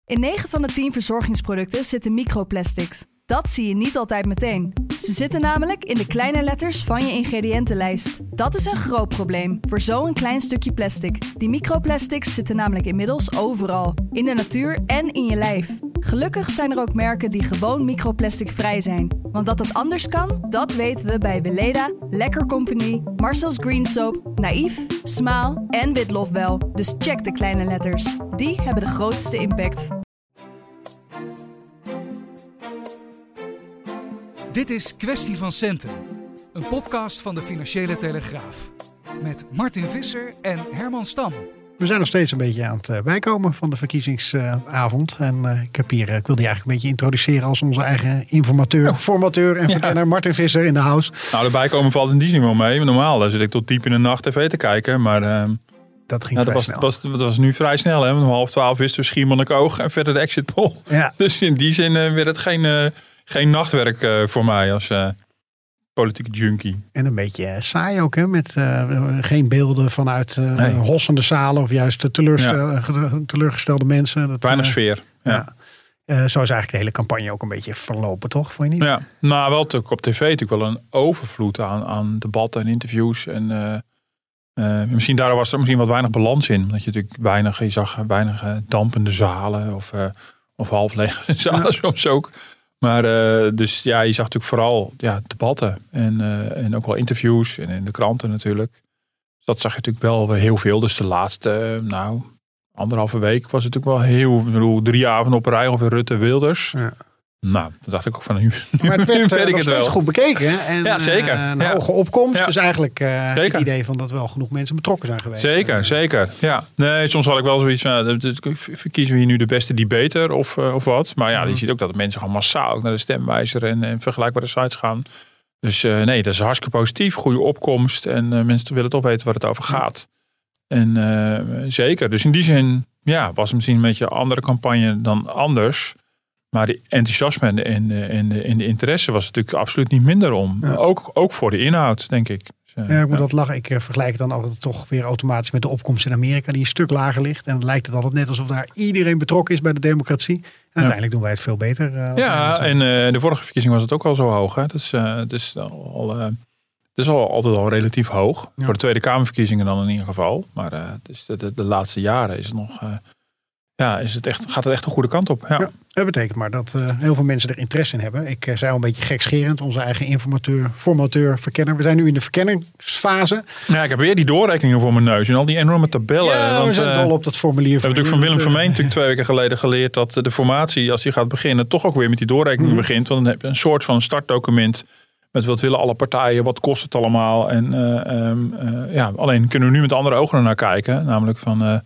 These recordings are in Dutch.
In 9 van de 10 verzorgingsproducten zitten microplastics. Dat zie je niet altijd meteen. Ze zitten namelijk in de kleine letters van je ingrediëntenlijst. Dat is een groot probleem voor zo'n klein stukje plastic. Die microplastics zitten namelijk inmiddels overal. In de natuur en in je lijf. Gelukkig zijn er ook merken die gewoon microplasticvrij zijn. Want dat het anders kan, dat weten we bij Weleda, Lekker Company, Marcel's Green Soap, Naïef, Smaal en Witlof wel. Dus check de kleine letters. Die hebben de grootste impact. Dit is Kwestie van Centen, een podcast van de Financiële Telegraaf. Met Martin Visser en Herman Stam. We zijn nog steeds een beetje aan het bijkomen van de verkiezingsavond. En ik wil die eigenlijk een beetje introduceren als onze eigen informateur, formateur en verkenner Martin Visser in de house. Nou, de bijkomen valt in die zin wel mee. Normaal zit ik tot diep in de nacht tv te kijken, maar dat ging vrij snel. Dat was nu vrij snel. Hè? Om 11:30 is er Schiermonnikoog en verder de exit poll. Ja. Dus in die zin werd het geen nachtwerk voor mij als politieke junkie. En een beetje saai ook, hè? Met geen beelden vanuit hossende zalen of juist teleurgestelde mensen. Weinig sfeer. Ja. Zo is eigenlijk de hele campagne ook een beetje verlopen, toch? Vond je niet? Ja, nou wel op tv natuurlijk wel een overvloed aan debatten en interviews. En misschien daar was er misschien wat weinig balans in. Omdat je natuurlijk je zag weinig dampende zalen of half lege zalen soms ook. Maar dus ja, je zag natuurlijk vooral debatten en ook wel interviews en in de kranten natuurlijk. Dus dat zag je natuurlijk wel heel veel. Dus de laatste, 1,5 week was het natuurlijk wel heel, 3 avonden op een rij over Rutte Wilders. Ja. Nou, toen dacht ik ook van nu maar het werd weet ik het wel. Goed bekeken. En, ja, zeker. Een hoge opkomst. Ja. Dus eigenlijk het idee van dat wel genoeg mensen betrokken zijn geweest. Zeker. Ja. Nee, soms had ik wel zoiets van, verkiezen we hier nu de beste debater of wat. Maar ja, je ziet ook dat mensen gewoon massaal ook naar de stemwijzer en vergelijkbare sites gaan. Dus nee, dat is hartstikke positief. Goede opkomst. En mensen willen toch weten waar het over gaat. En zeker. Dus in die zin was het misschien een beetje een andere campagne dan anders. Maar de enthousiasme en de interesse was natuurlijk absoluut niet minder om. Ja. Ook voor de inhoud, denk ik. Dus, ik moet dat lachen. Ik vergelijk het dan altijd toch weer automatisch met de opkomst in Amerika, die een stuk lager ligt. En dan lijkt het altijd net alsof daar iedereen betrokken is bij de democratie. En uiteindelijk doen wij het veel beter. En de vorige verkiezing was het ook al zo hoog. Hè? Dus altijd al relatief hoog. Ja. Voor de Tweede Kamerverkiezingen dan in ieder geval. Maar dus de laatste jaren is het nog... gaat het echt de goede kant op. Ja. Dat betekent maar dat heel veel mensen er interesse in hebben. Ik zei al een beetje gekscherend, onze eigen informateur, formateur, verkenner. We zijn nu in de verkenningsfase. Ja, ik heb weer die doorrekeningen voor mijn neus en al die enorme tabellen. Ja, we zijn dol op dat formulier. We hebben natuurlijk van Willem Vermeen natuurlijk 2 weken geleden geleerd dat de formatie, als die gaat beginnen, toch ook weer met die doorrekening begint. Want dan heb je een soort van startdocument met wat willen alle partijen, wat kost het allemaal. En alleen kunnen we nu met andere ogen naar kijken. Namelijk van...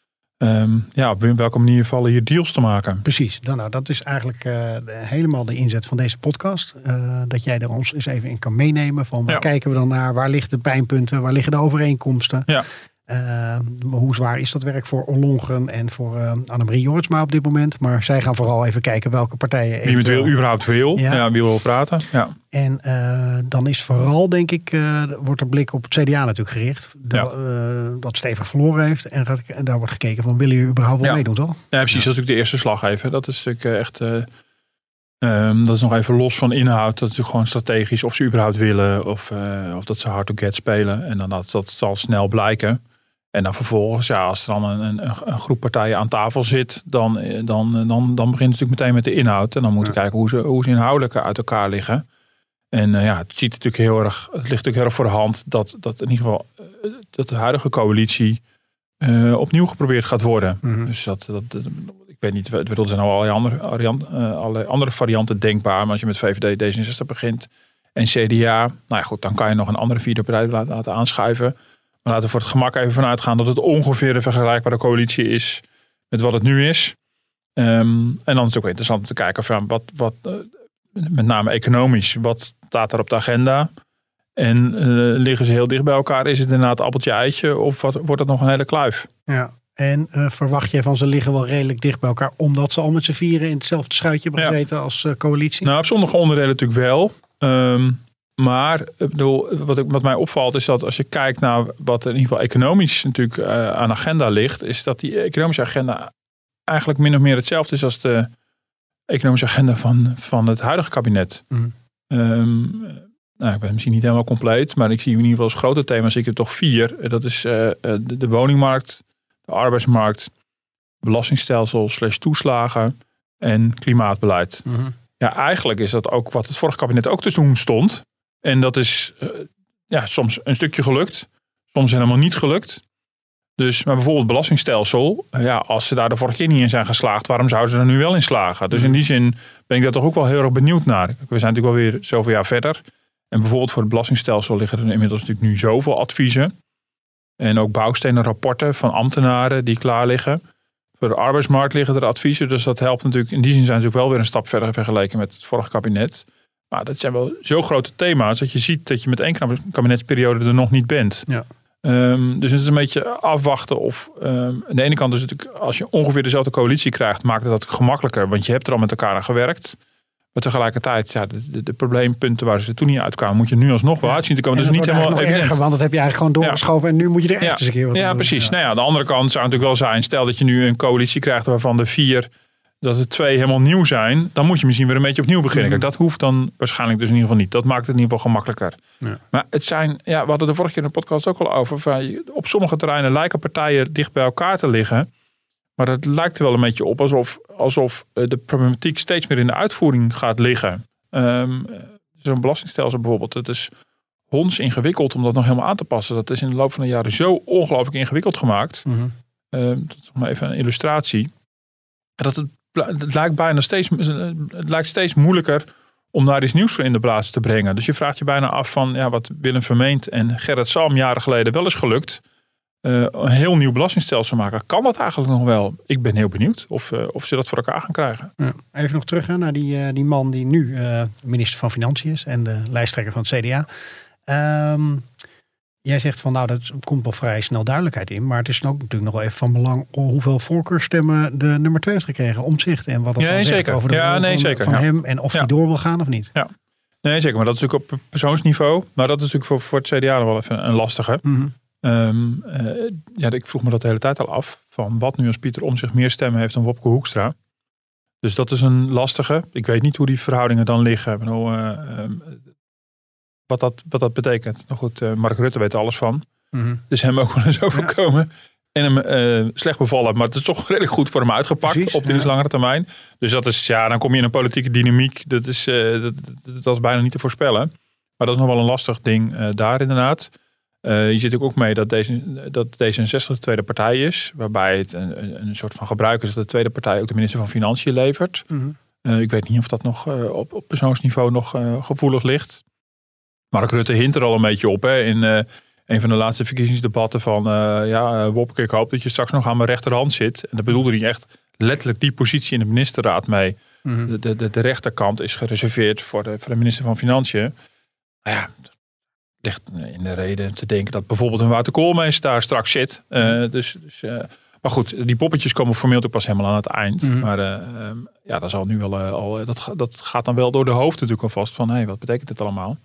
op welke manier vallen hier deals te maken? Precies. Dat is eigenlijk helemaal de inzet van deze podcast. Dat jij er ons eens even in kan meenemen. Van waar kijken we dan naar? Waar liggen de pijnpunten? Waar liggen de overeenkomsten? Ja. Hoe zwaar is dat werk voor Ollongren en voor Annemarie Jorritsma op dit moment? Maar zij gaan vooral even kijken welke partijen... Wie het überhaupt wil. Ja, wie wil praten. Ja. En dan is vooral, denk ik, wordt er blik op het CDA natuurlijk gericht. Dat stevig verloren heeft. En daar wordt gekeken van, willen jullie überhaupt wel meedoen, toch? Ja, precies. Dat is natuurlijk de eerste slag even. Dat is natuurlijk echt... dat is nog even los van inhoud. Dat is natuurlijk gewoon strategisch of ze überhaupt willen. Of dat ze hard to get spelen. En dan dat zal snel blijken. En dan vervolgens, als er dan een groep partijen aan tafel zit, dan begint het natuurlijk meteen met de inhoud. En dan moeten we kijken hoe ze inhoudelijk uit elkaar liggen. En het ligt natuurlijk heel erg voor de hand dat in ieder geval dat de huidige coalitie opnieuw geprobeerd gaat worden. Mm-hmm. Dus ik weet niet, er zijn al allerlei andere varianten denkbaar. Maar als je met VVD, D66 begint en CDA, dan kan je nog een andere vierde partij laten aanschuiven. Maar laten we voor het gemak even vanuit gaan dat het ongeveer een vergelijkbare coalitie is met wat het nu is. En dan is het ook interessant om te kijken van wat met name economisch, wat staat er op de agenda? En liggen ze heel dicht bij elkaar? Is het inderdaad appeltje-eitje of wordt het nog een hele kluif? Ja. En verwacht je van ze liggen wel redelijk dicht bij elkaar, omdat ze al met z'n vieren in hetzelfde schuitje hebben gezeten als coalitie? Nou, op sommige onderdelen natuurlijk wel. Maar ik bedoel, wat mij opvalt is dat als je kijkt naar wat in ieder geval economisch natuurlijk aan agenda ligt, is dat die economische agenda eigenlijk min of meer hetzelfde is als de economische agenda van het huidige kabinet. Ik ben misschien niet helemaal compleet, maar ik zie in ieder geval als grote thema's, ik heb toch 4. Dat is de woningmarkt, de arbeidsmarkt, belastingstelsel / toeslagen en klimaatbeleid. Ja, eigenlijk is dat ook wat het vorige kabinet ook te doen stond. En dat is soms een stukje gelukt, soms helemaal niet gelukt. Dus, maar bijvoorbeeld het belastingstelsel, als ze daar de vorige keer niet in zijn geslaagd, waarom zouden ze er nu wel in slagen? Dus in die zin ben ik daar toch ook wel heel erg benieuwd naar. We zijn natuurlijk wel weer zoveel jaar verder. En bijvoorbeeld voor het belastingstelsel liggen er inmiddels natuurlijk nu zoveel adviezen. En ook bouwstenen rapporten van ambtenaren die klaar liggen. Voor de arbeidsmarkt liggen er adviezen. Dus dat helpt natuurlijk. In die zin zijn ze ook wel weer een stap verder vergeleken met het vorige kabinet. Maar dat zijn wel zo grote thema's dat je ziet dat je met 1 kabinetsperiode er nog niet bent. Ja. Dus het is een beetje afwachten of aan de ene kant is het natuurlijk, als je ongeveer dezelfde coalitie krijgt, maakt het dat gemakkelijker. Want je hebt er al met elkaar aan gewerkt. Maar tegelijkertijd, de probleempunten waar ze toen niet uitkwamen, moet je nu alsnog wel uitzien te komen. Dat is niet helemaal erger, want dat heb je eigenlijk gewoon doorgeschoven en nu moet je er echt eens een keer wat doen. Precies. Ja. Nou ja, de andere kant zou natuurlijk wel zijn, stel dat je nu een coalitie krijgt waarvan de 4, dat er 2 helemaal nieuw zijn, dan moet je misschien weer een beetje opnieuw beginnen. Kijk, dat hoeft dan waarschijnlijk dus in ieder geval niet. Dat maakt het in ieder geval gemakkelijker. Ja. Maar het zijn, we hadden de vorige keer in de podcast ook al over, op sommige terreinen lijken partijen dicht bij elkaar te liggen. Maar het lijkt er wel een beetje op alsof de problematiek steeds meer in de uitvoering gaat liggen. Zo'n belastingstelsel bijvoorbeeld. Het is honds ingewikkeld om dat nog helemaal aan te passen. Dat is in de loop van de jaren zo ongelooflijk ingewikkeld gemaakt. Dat is nog maar even een illustratie. Dat het lijkt bijna steeds moeilijker om daar iets nieuws voor in de plaats te brengen. Dus je vraagt je bijna af van wat Willem Vermeend en Gerrit Salm jaren geleden wel is gelukt. Een heel nieuw belastingstelsel maken. Kan dat eigenlijk nog wel? Ik ben heel benieuwd of ze dat voor elkaar gaan krijgen. Ja, even nog terug naar die man die nu minister van Financiën is en de lijsttrekker van het CDA. Jij zegt van dat komt wel vrij snel duidelijkheid in. Maar het is ook natuurlijk nog wel even van belang hoeveel voorkeurstemmen de nummer 2 heeft gekregen. Omtzigt en wat dat dan zegt over de rol van hem en of hij door wil gaan of niet. Ja. Nee, zeker. Maar dat is natuurlijk op persoonsniveau. Maar dat is natuurlijk voor het CDA nog wel even een lastige. Ik vroeg me dat de hele tijd al af. Van wat nu als Pieter Omtzigt meer stemmen heeft dan Wopke Hoekstra. Dus dat is een lastige. Ik weet niet hoe die verhoudingen dan liggen. Wat dat betekent. Nou goed, Mark Rutte weet er alles van. Dus hem ook wel eens overkomen. En hem slecht bevallen. Maar het is toch redelijk goed voor hem uitgepakt. Precies, op de langere termijn. Dus dat is, dan kom je in een politieke dynamiek. Dat is bijna niet te voorspellen. Maar dat is nog wel een lastig ding daar inderdaad. Je ziet ook mee dat D66 de tweede partij is. Waarbij het een soort van gebruik is dat de tweede partij ook de minister van Financiën levert. Ik weet niet of dat nog op persoonsniveau nog gevoelig ligt. Mark Rutte hint er al een beetje op. In een van de laatste verkiezingsdebatten van Wopke, ik hoop dat je straks nog aan mijn rechterhand zit. En dat bedoelde hij echt letterlijk die positie in de ministerraad mee. De rechterkant is gereserveerd voor de minister van Financiën. Ligt in de reden te denken dat bijvoorbeeld een Wouter Koolmees daar straks zit. Maar goed, die poppetjes komen formeel ook pas helemaal aan het eind. Maar dat zal nu wel dat gaat dan wel door de hoofd natuurlijk alvast van wat betekent dit allemaal?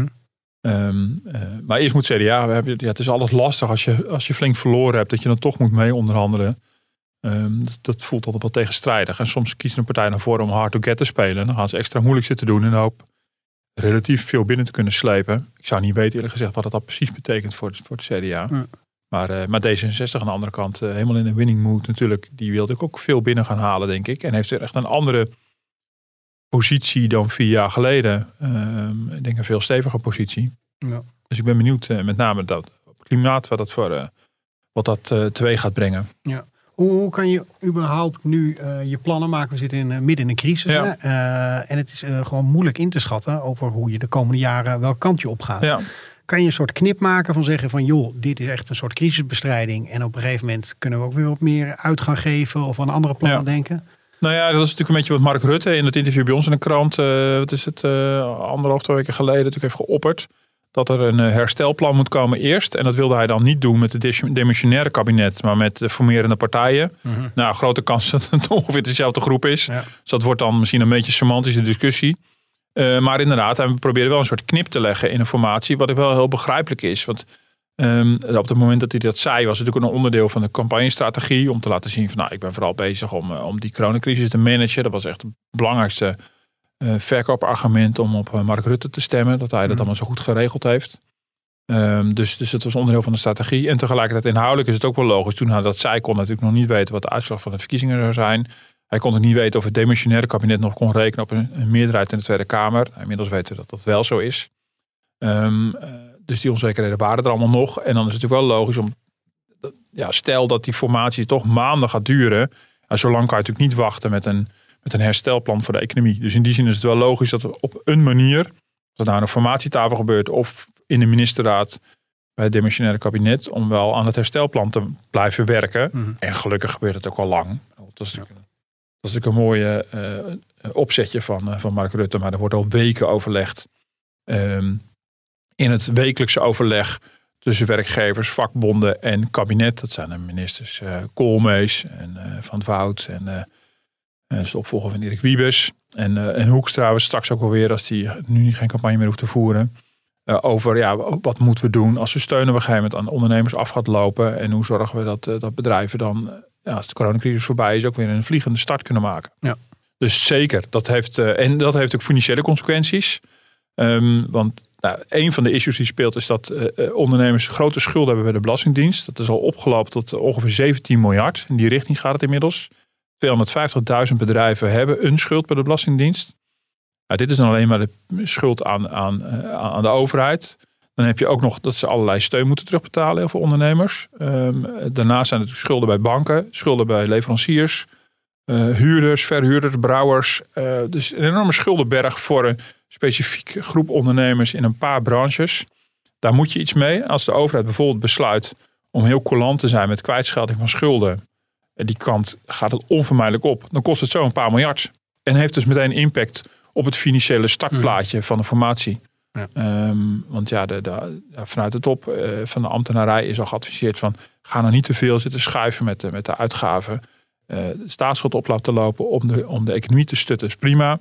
Maar eerst moet CDA, het is alles lastig als je flink verloren hebt, dat je dan toch moet mee onderhandelen. Dat voelt altijd wel tegenstrijdig. En soms kiezen een partij naar voren om hard to get te spelen. Dan gaan ze extra moeilijk zitten doen in de hoop relatief veel binnen te kunnen slepen. Ik zou niet weten eerlijk gezegd wat dat precies betekent voor het CDA. Maar D66 aan de andere kant, helemaal in een winning mood natuurlijk, die wilde ook veel binnen gaan halen, denk ik. En heeft er echt een andere positie dan 4 jaar geleden. Ik denk een veel steviger positie. Ja. Dus ik ben benieuwd met name dat klimaat wat dat teweeg gaat brengen. Ja. Hoe kan je überhaupt nu je plannen maken? We zitten midden in een crisis. Ja. En het is gewoon moeilijk in te schatten over hoe je de komende jaren welk kant je op gaat. Ja. Kan je een soort knip maken van zeggen van joh, dit is echt een soort crisisbestrijding. En op een gegeven moment kunnen we ook weer wat meer uit gaan geven of aan andere plannen denken? Nou ja, dat is natuurlijk een beetje wat Mark Rutte in het interview bij ons in de krant, 1,5-2 weken geleden natuurlijk heeft geopperd. Dat er een herstelplan moet komen eerst. En dat wilde hij dan niet doen met het demissionaire kabinet, maar met de formerende partijen. Nou, grote kans dat het ongeveer dezelfde groep is. Ja. Dus dat wordt dan misschien een beetje semantische discussie. Maar inderdaad, we proberen wel een soort knip te leggen in een formatie, wat wel heel begrijpelijk is. Want Op het moment dat hij dat zei, was het natuurlijk een onderdeel van de campagnestrategie. Om te laten zien van ik ben vooral bezig om die coronacrisis te managen. Dat was echt het belangrijkste verkoopargument om op Mark Rutte te stemmen. Dat hij dat allemaal zo goed geregeld heeft. Dus het was onderdeel van de strategie. En tegelijkertijd inhoudelijk is het ook wel logisch. Toen hij dat zei, kon hij natuurlijk nog niet weten wat de uitslag van de verkiezingen zou zijn. Hij kon ook niet weten of het demissionaire kabinet nog kon rekenen op een meerderheid in de Tweede Kamer. Inmiddels weten we dat dat wel zo is. Dus die onzekerheden waren er allemaal nog. En dan is het natuurlijk wel logisch om... stel dat die formatie toch maanden gaat duren. Zolang kan je natuurlijk niet wachten met een herstelplan voor de economie. Dus in die zin is het wel logisch dat er op een manier... of dat nou aan een formatietafel gebeurt of in de ministerraad... bij het demissionaire kabinet... om wel aan het herstelplan te blijven werken. Mm-hmm. En gelukkig gebeurt het ook al lang. Dat is natuurlijk een mooie opzetje van Mark Rutte. Maar er wordt al weken overlegd... in het wekelijkse overleg tussen werkgevers, vakbonden en kabinet. Dat zijn de ministers Koolmees en Van 't Woud en de opvolger van Erik Wiebes. En Hoekstra straks ook alweer, als die nu geen campagne meer hoeft te voeren. Over wat moeten we doen als we steunen op een gegeven moment aan ondernemers af gaat lopen. En hoe zorgen we dat bedrijven dan, als de coronacrisis voorbij is, ook weer een vliegende start kunnen maken. Ja. Dus zeker, dat heeft ook financiële consequenties. Want een van de issues die speelt is dat ondernemers grote schulden hebben bij de Belastingdienst. Dat is al opgelopen tot ongeveer 17 miljard. In die richting gaat het inmiddels. 250.000 bedrijven hebben een schuld bij de Belastingdienst. Dit is dan alleen maar de schuld aan de overheid. Dan heb je ook nog dat ze allerlei steun moeten terugbetalen, heel veel ondernemers. Daarnaast zijn er schulden bij banken, schulden bij leveranciers, huurders, verhuurders, brouwers. Dus een enorme schuldenberg voor een specifieke groep ondernemers in een paar branches. Daar moet je iets mee. Als de overheid bijvoorbeeld besluit om heel coulant te zijn met kwijtschelding van schulden. En die kant gaat het onvermijdelijk op. Dan kost het zo een paar miljard. En heeft dus meteen impact op het financiële startplaatje van de formatie. Ja. Want vanuit de top van de ambtenarij is al geadviseerd van... ga nou niet te veel zitten schuiven met de uitgaven. De staatsschuld op laten lopen om de economie te stutten is prima.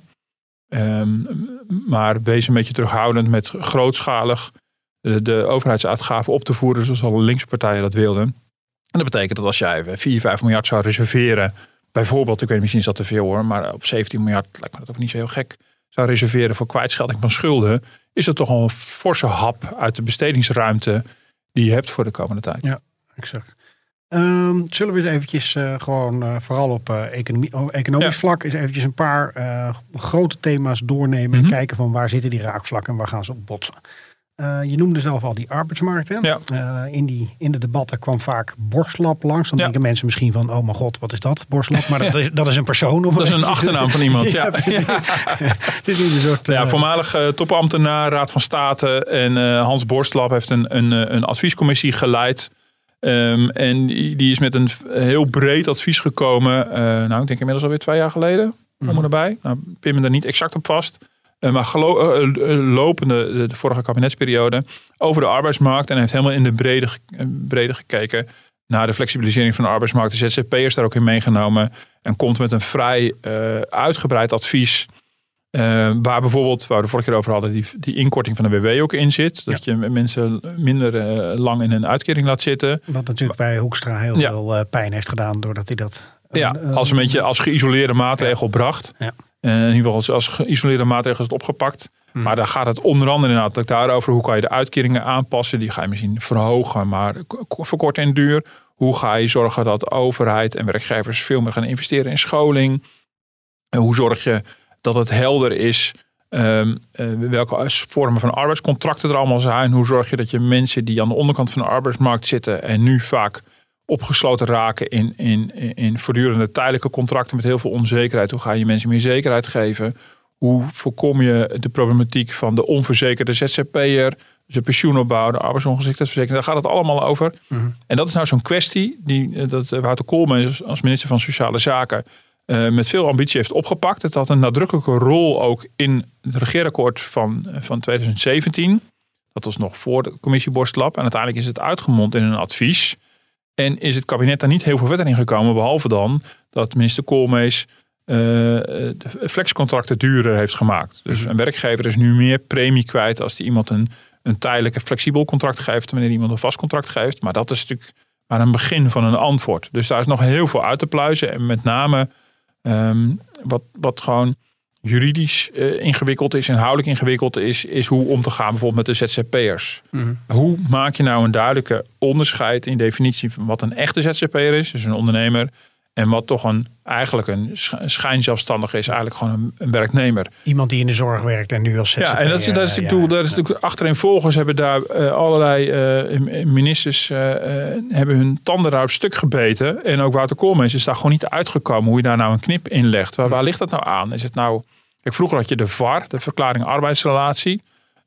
Maar wees een beetje terughoudend met grootschalig de overheidsuitgaven op te voeren, zoals alle linkse partijen dat wilden. En dat betekent dat als jij 4-5 miljard zou reserveren, bijvoorbeeld, ik weet misschien is dat te veel hoor, maar op 17 miljard lijkt me dat ook niet zo heel gek, zou reserveren voor kwijtschelding van schulden, is dat toch al een forse hap uit de bestedingsruimte die je hebt voor de komende tijd. Ja, exact. Zullen we eens eventjes vooral op economisch vlak eens eventjes een paar grote thema's doornemen en kijken van waar zitten die raakvlakken en waar gaan ze op botsen. Je noemde zelf al die arbeidsmarkten. Ja. In de debatten kwam vaak Borslab langs. Dan denken mensen misschien van, oh mijn god, wat is dat, Borslab? Maar dat is een persoon. Of dat is een achternaam van iemand, ja. Het is een soort, voormalig topambtenaar, Raad van State. En Hans Borslab heeft een adviescommissie geleid. En die is met een heel breed advies gekomen. Ik denk inmiddels alweer 2 jaar geleden. Om erbij. Pin me daar niet exact op vast. Maar lopende de vorige kabinetsperiode over de arbeidsmarkt. En heeft helemaal in de brede gekeken naar de flexibilisering van de arbeidsmarkt. De ZZP'ers daar ook in meegenomen. En komt met een vrij uitgebreid advies. Waar bijvoorbeeld, waar we de vorige keer over hadden, die inkorting van de WW ook in zit. Dat je mensen minder lang in een uitkering laat zitten. Wat natuurlijk bij Hoekstra heel veel pijn heeft gedaan doordat hij dat... als een beetje als geïsoleerde maatregel bracht. Ja. In ieder geval als geïsoleerde maatregel is het opgepakt. Maar daar gaat het onder andere inderdaad daarover. Hoe kan je de uitkeringen aanpassen? Die ga je misschien verhogen, maar verkorten in duur. Hoe ga je zorgen dat de overheid en werkgevers veel meer gaan investeren in scholing? Hoe zorg je dat het helder is welke vormen van arbeidscontracten er allemaal zijn? Hoe zorg je dat je mensen die aan de onderkant van de arbeidsmarkt zitten en nu vaak opgesloten raken in voortdurende tijdelijke contracten met heel veel onzekerheid. Hoe ga je mensen meer zekerheid geven? Hoe voorkom je de problematiek van de onverzekerde ZZP'er, de pensioenopbouw, de arbeidsongeschiktheidsverzekering? Daar gaat het allemaal over. Mm-hmm. En dat is nou zo'n kwestie dat Wouter Koolmees als minister van Sociale Zaken met veel ambitie heeft opgepakt. Het had een nadrukkelijke rol ook in het regeerakkoord van 2017. Dat was nog voor de commissie Borslab. En uiteindelijk is het uitgemond in een advies. En is het kabinet daar niet heel veel verder in gekomen. Behalve dan dat minister Koolmees de flexcontracten duurder heeft gemaakt. Dus een werkgever is nu meer premie kwijt als die iemand een een tijdelijk flexibel contract geeft wanneer iemand een vast contract geeft. Maar dat is natuurlijk maar een begin van een antwoord. Dus daar is nog heel veel uit te pluizen. En met name wat gewoon juridisch ingewikkeld is, inhoudelijk ingewikkeld is hoe om te gaan bijvoorbeeld met de ZZP'ers. Mm-hmm. Hoe maak je nou een duidelijke onderscheid in definitie van wat een echte ZZP'er is, dus een ondernemer, en wat toch eigenlijk een schijnzelfstandige is, eigenlijk gewoon een werknemer. Iemand die in de zorg werkt en nu als ZZP'er. Ja, en dat is natuurlijk achtereenvolgens hebben daar allerlei ministers hebben hun tanden daar op stuk gebeten. En ook Wouter Koolmees is daar gewoon niet uitgekomen hoe je daar nou een knip in legt. Waar ligt dat nou aan? Is het nou... Kijk, vroeger had je de VAR, de verklaring arbeidsrelatie.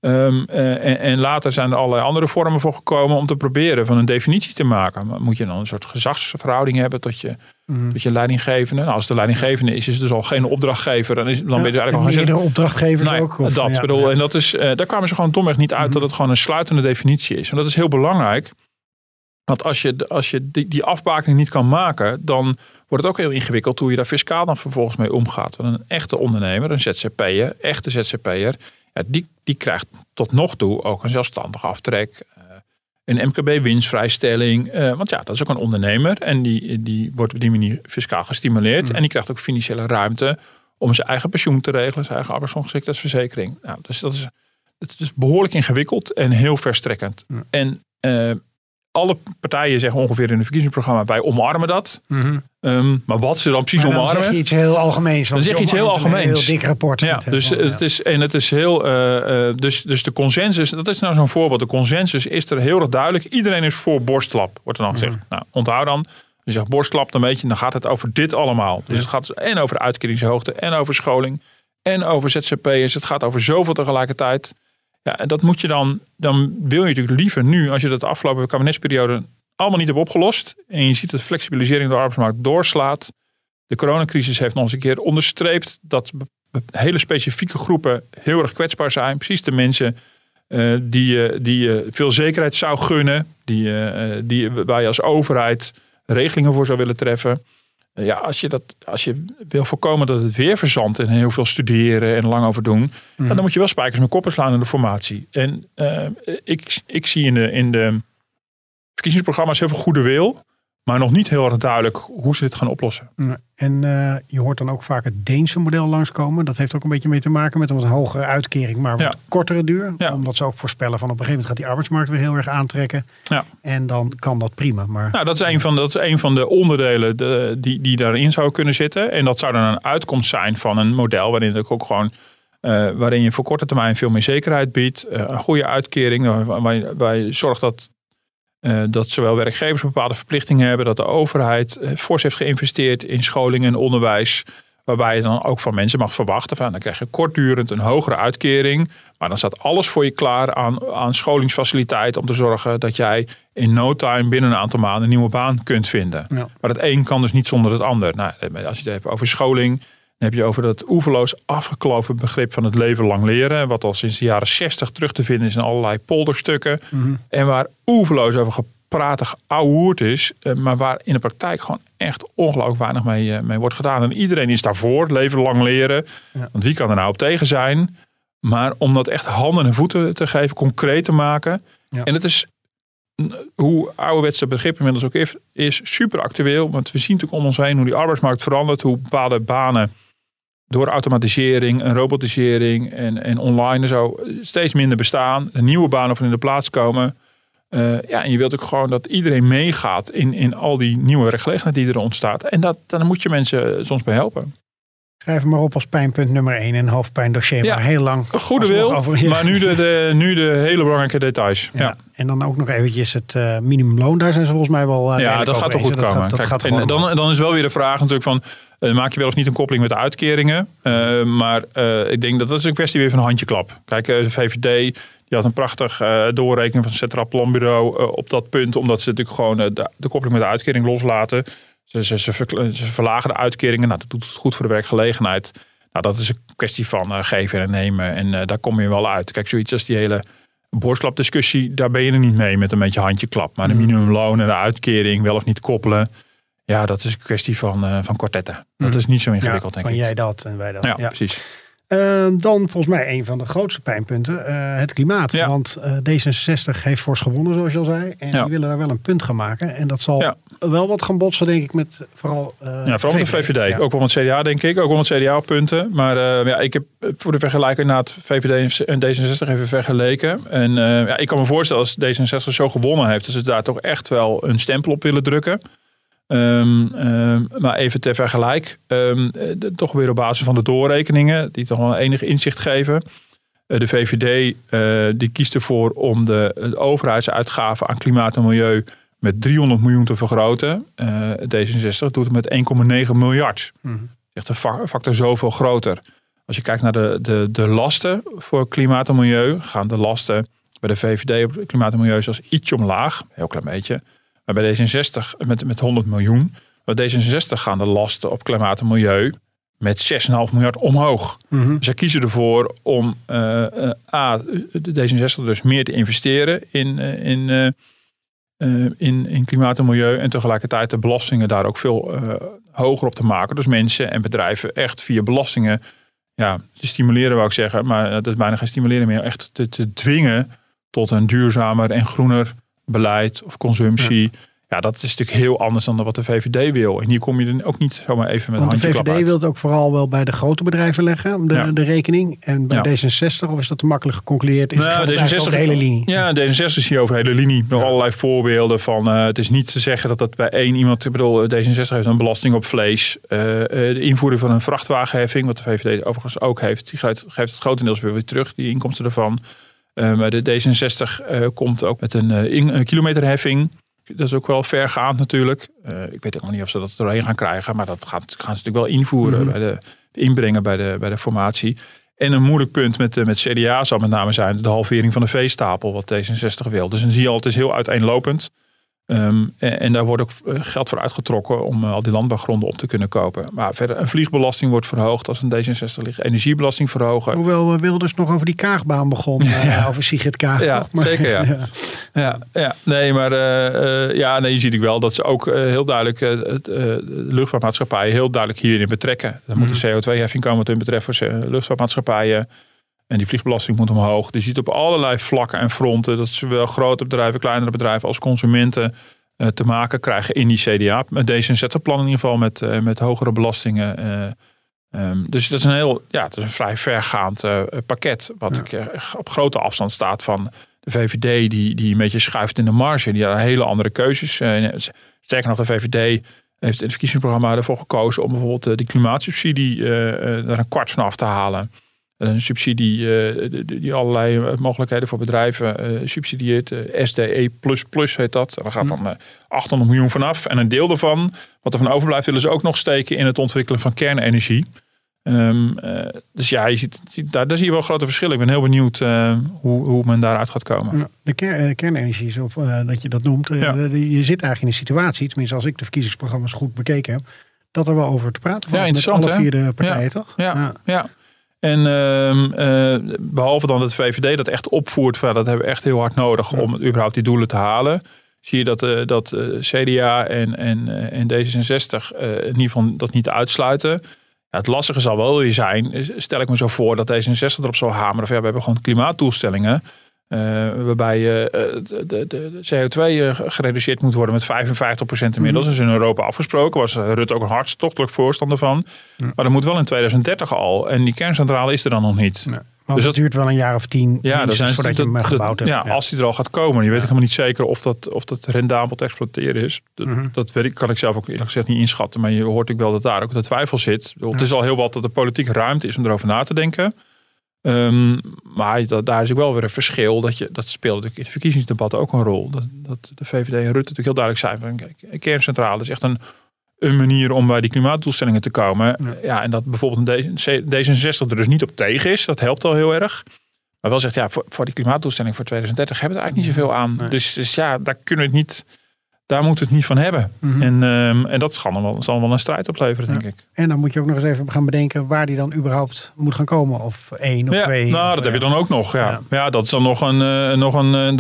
En later zijn er allerlei andere vormen voor gekomen om te proberen van een definitie te maken. Maar moet je dan een soort gezagsverhouding hebben tot je leidinggevende? Nou, als de leidinggevende is het dus al geen opdrachtgever. Dan ben je eigenlijk al meerdere opdrachtgevers ook? Of, En dat is, daar kwamen ze gewoon domweg niet uit dat het gewoon een sluitende definitie is. En dat is heel belangrijk. Want als je die afbakening niet kan maken, dan wordt het ook heel ingewikkeld hoe je daar fiscaal dan vervolgens mee omgaat. Want een echte ondernemer, een ZZP'er, echte ZZP'er, die krijgt tot nog toe ook een zelfstandige aftrek. Een MKB-winstvrijstelling. Want dat is ook een ondernemer. En die wordt op die manier fiscaal gestimuleerd. En die krijgt ook financiële ruimte om zijn eigen pensioen te regelen. Zijn eigen arbeidsongeschiktheidsverzekering. Nou, dus het is behoorlijk ingewikkeld en heel verstrekkend. En alle partijen zeggen ongeveer in het verkiezingsprogramma, wij omarmen dat. Mm-hmm. Maar wat ze dan precies omarmen. Dan zeg je iets heel algemeens. Dan zeg je iets heel algemeens. Een heel dik rapport. Ja, dus het is heel. Dus de consensus, dat is nou zo'n voorbeeld. De consensus is er heel erg duidelijk. Iedereen is voor borstklap, wordt er dan gezegd. Nou, onthoud dan. Je zegt borstklap, dan gaat het over dit allemaal. Dus het gaat en over de uitkeringshoogte, en over scholing, en over ZZP'ers. Het gaat over zoveel tegelijkertijd. Ja, en dat moet je dan wil je natuurlijk liever nu, als je dat de afgelopen kabinetsperiode allemaal niet hebt opgelost. En je ziet dat flexibilisering door de arbeidsmarkt doorslaat. De coronacrisis heeft nog eens een keer onderstreept dat hele specifieke groepen heel erg kwetsbaar zijn. Precies de mensen die je veel zekerheid zou gunnen. Waar je als overheid regelingen voor zou willen treffen. Als je wil voorkomen dat het weer verzandt en heel veel studeren en lang over doen, dan moet je wel spijkers met koppen slaan in de formatie. En ik zie in de verkiezingsprogramma's heel veel goede wil, maar nog niet heel erg duidelijk hoe ze dit gaan oplossen. En je hoort dan ook vaak het Deense model langskomen. Dat heeft ook een beetje mee te maken met een wat hogere uitkering, maar wat kortere duur. Ja. Omdat ze ook voorspellen van op een gegeven moment gaat die arbeidsmarkt weer heel erg aantrekken. Ja. En dan kan dat prima. Maar nou, dat is een van de onderdelen die daarin zou kunnen zitten. En dat zou dan een uitkomst zijn van een model waarin je voor korte termijn veel meer zekerheid biedt. Een goede uitkering waar je zorgt dat zowel werkgevers bepaalde verplichtingen hebben, dat de overheid fors heeft geïnvesteerd in scholing en onderwijs, waarbij je dan ook van mensen mag verwachten van dan krijg je kortdurend een hogere uitkering, maar dan staat alles voor je klaar aan scholingsfaciliteiten om te zorgen dat jij in no time binnen een aantal maanden een nieuwe baan kunt vinden. Ja. Maar het een kan dus niet zonder het ander. Nou, als je het hebt over scholing, dan heb je over dat oeverloos afgekloven begrip van het leven lang leren. Wat al sinds de jaren 60 terug te vinden is in allerlei polderstukken. Mm-hmm. En waar oeverloos over gepraat geouwehoerd is. Maar waar in de praktijk gewoon echt ongelooflijk weinig mee wordt gedaan. En iedereen is daarvoor, leven lang leren. Ja. Want wie kan er nou op tegen zijn? Maar om dat echt handen en voeten te geven, concreet te maken. Ja. En het is, hoe ouderwetse begrip inmiddels ook is super actueel. Want we zien natuurlijk om ons heen hoe die arbeidsmarkt verandert. Hoe bepaalde banen door automatisering en robotisering en online en zo steeds minder bestaan. Nieuwe banen van in de plaats komen. En je wilt ook gewoon dat iedereen meegaat in al die nieuwe werkgelegenheid die er ontstaat. En daar moet je mensen soms bij helpen. Schrijf hem maar op als pijnpunt nummer 1 en hoofdpijndossier. Ja, maar heel lang. Goede wil, maar nu de hele belangrijke details. Ja. En dan ook nog eventjes het minimumloon. Daar zijn ze volgens mij wel dat gaat toch goed komen. Dan is wel weer de vraag natuurlijk van, maak je wel of niet een koppeling met de uitkeringen. Maar ik denk dat is een kwestie weer van een handjeklap. Kijk, de VVD die had een prachtig doorrekening van het Centraal Planbureau op dat punt. Omdat ze natuurlijk gewoon de koppeling met de uitkering loslaten. Ze verlagen de uitkeringen. Nou, dat doet het goed voor de werkgelegenheid. Nou, dat is een kwestie van geven en nemen. En daar kom je wel uit. Kijk, zoiets als die hele borstklapdiscussie, daar ben je er niet mee met een beetje handjeklap. Maar de minimumloon en de uitkering wel of niet koppelen. Ja, dat is een kwestie van kwartetten. Dat is niet zo ingewikkeld, denk ik. Van jij dat en wij dat. Ja, precies. Dan volgens mij een van de grootste pijnpunten, het klimaat. Ja. Want D66 heeft fors gewonnen, zoals je al zei. En die willen daar wel een punt gaan maken. En dat zal wel wat gaan botsen, denk ik, met vooral vooral met de VVD. Ja. Ook wel met het CDA, denk ik. Ook wel met het CDA punten. Maar ik heb voor de vergelijking na het VVD en D66 even vergeleken. En ik kan me voorstellen als D66 zo gewonnen heeft, dat ze daar toch echt wel een stempel op willen drukken. Maar even ter vergelijk, toch weer op basis van de doorrekeningen, die toch wel enig inzicht geven. De VVD die kiest ervoor om de overheidsuitgaven aan klimaat en milieu met 300 miljoen te vergroten. D66 doet het met 1,9 miljard. Echt een factor zoveel groter. Als je kijkt naar de lasten voor klimaat en milieu, gaan de lasten bij de VVD op klimaat en milieu zelfs ietsje omlaag, heel klein beetje. Maar bij D66 met 100 miljoen. Bij D66 gaan de lasten op klimaat en milieu met 6,5 miljard omhoog. Dus zij kiezen ervoor om D66 dus meer te investeren in klimaat en milieu. En tegelijkertijd de belastingen daar ook veel hoger op te maken. Dus mensen en bedrijven echt via belastingen te stimuleren, wou ik zeggen. Maar dat is bijna geen stimuleren meer. Echt te dwingen tot een duurzamer en groener beleid of consumptie. Ja, dat is natuurlijk heel anders dan wat de VVD wil. En hier kom je dan ook niet zomaar even met een handje klap uit. De VVD wil het ook vooral wel bij de grote bedrijven leggen, de rekening. En bij D66, of is dat te makkelijk geconcludeerd? Is het over de hele linie? Ja, D66 is hier over de hele linie. Nog allerlei voorbeelden van. Het is niet te zeggen dat bij één iemand. Ik bedoel, D66 heeft een belasting op vlees. De invoering van een vrachtwagenheffing, wat de VVD overigens ook heeft. Die geeft het grotendeels weer terug, die inkomsten ervan. Maar de D66 komt ook met een kilometerheffing. Dat is ook wel vergaand natuurlijk. Ik weet ook nog niet of ze dat doorheen gaan krijgen. Maar dat gaan ze natuurlijk wel invoeren. Inbrengen bij de formatie. En een moeilijk punt met CDA zal met name zijn de halvering van de veestapel. Wat D66 wil. Dus dan zie je al, het is heel uiteenlopend. En daar wordt ook geld voor uitgetrokken om al die landbouwgronden op te kunnen kopen. Maar verder, een vliegbelasting wordt verhoogd als een D66 ligt. Energiebelasting verhogen. Hoewel Wilders nog over die Kaagbaan begon. Over Sigrid Kaag. Ja, maar, zeker Nee, maar je ziet ook wel dat ze ook heel duidelijk de luchtvaartmaatschappijen heel duidelijk hierin betrekken. Er moet een CO2-heffing komen wat hun betreft voor luchtvaartmaatschappijen. En die vliegbelasting moet omhoog. Dus je ziet op allerlei vlakken en fronten dat zowel grote bedrijven, kleinere bedrijven als consumenten te maken krijgen in die CDA. Met D66-plan in ieder geval met hogere belastingen. Dus dat is een vrij vergaand pakket. Wat op grote afstand staat van de VVD die een beetje schuift in de marge. Die daar hele andere keuzes. Sterker nog, de VVD heeft in het verkiezingsprogramma ervoor gekozen om bijvoorbeeld die klimaatsubsidie daar een kwart van af te halen. Een subsidie die allerlei mogelijkheden voor bedrijven subsidieert. SDE++ heet dat. Daar gaat dan 800 miljoen vanaf. En een deel daarvan, wat er van overblijft, willen ze ook nog steken in het ontwikkelen van kernenergie. Dus daar zie je wel grote verschillen. Ik ben heel benieuwd hoe men daaruit gaat komen. De kernenergie, dat je dat noemt. Je zit eigenlijk in een situatie, tenminste als ik de verkiezingsprogramma's goed bekeken heb, dat er wel over te praten valt met alle vier de partijen, toch? Ja. En behalve dan dat de VVD dat echt opvoert, dat hebben we echt heel hard nodig om überhaupt die doelen te halen. Zie je dat CDA en D66 in ieder geval dat niet uitsluiten. Ja, het lastige zal wel weer zijn, stel ik me zo voor dat D66 erop zal hameren. We hebben gewoon klimaatdoelstellingen. Waarbij de CO2 gereduceerd moet worden met 55% inmiddels. Dat is in Europa afgesproken. Was Rutte ook een hartstochtelijk voorstander van. Maar dat moet wel in 2030 al. En die kerncentrale is er dan nog niet. Nee. Dus dat duurt wel een jaar of 10 voordat je hem gebouwd hebt. Ja, als die er al gaat komen. Je weet helemaal niet zeker of dat rendabel te exploiteren is. Dat kan ik zelf ook eerlijk gezegd niet inschatten. Maar je hoort ook wel dat daar ook de twijfel zit. Het is al heel wat dat de politieke ruimte is om erover na te denken. Maar daar is ook wel weer een verschil. Dat speelt natuurlijk in het verkiezingsdebat ook een rol. Dat de VVD en Rutte natuurlijk heel duidelijk zijn. Een kerncentrale is echt een manier om bij die klimaatdoelstellingen te komen. Ja, en dat bijvoorbeeld D66 er dus niet op tegen is. Dat helpt al heel erg. Maar wel zegt, voor die klimaatdoelstelling voor 2030 hebben we er eigenlijk niet zoveel aan. Nee. Dus daar kunnen we het niet. daar moeten we het niet van hebben. En dat zal wel een strijd opleveren, denk ik. En dan moet je ook nog eens even gaan bedenken waar die dan überhaupt moet gaan komen. Of 1 of 2. Nou, dat heb je dan ook nog. Ja, dat is dan nog een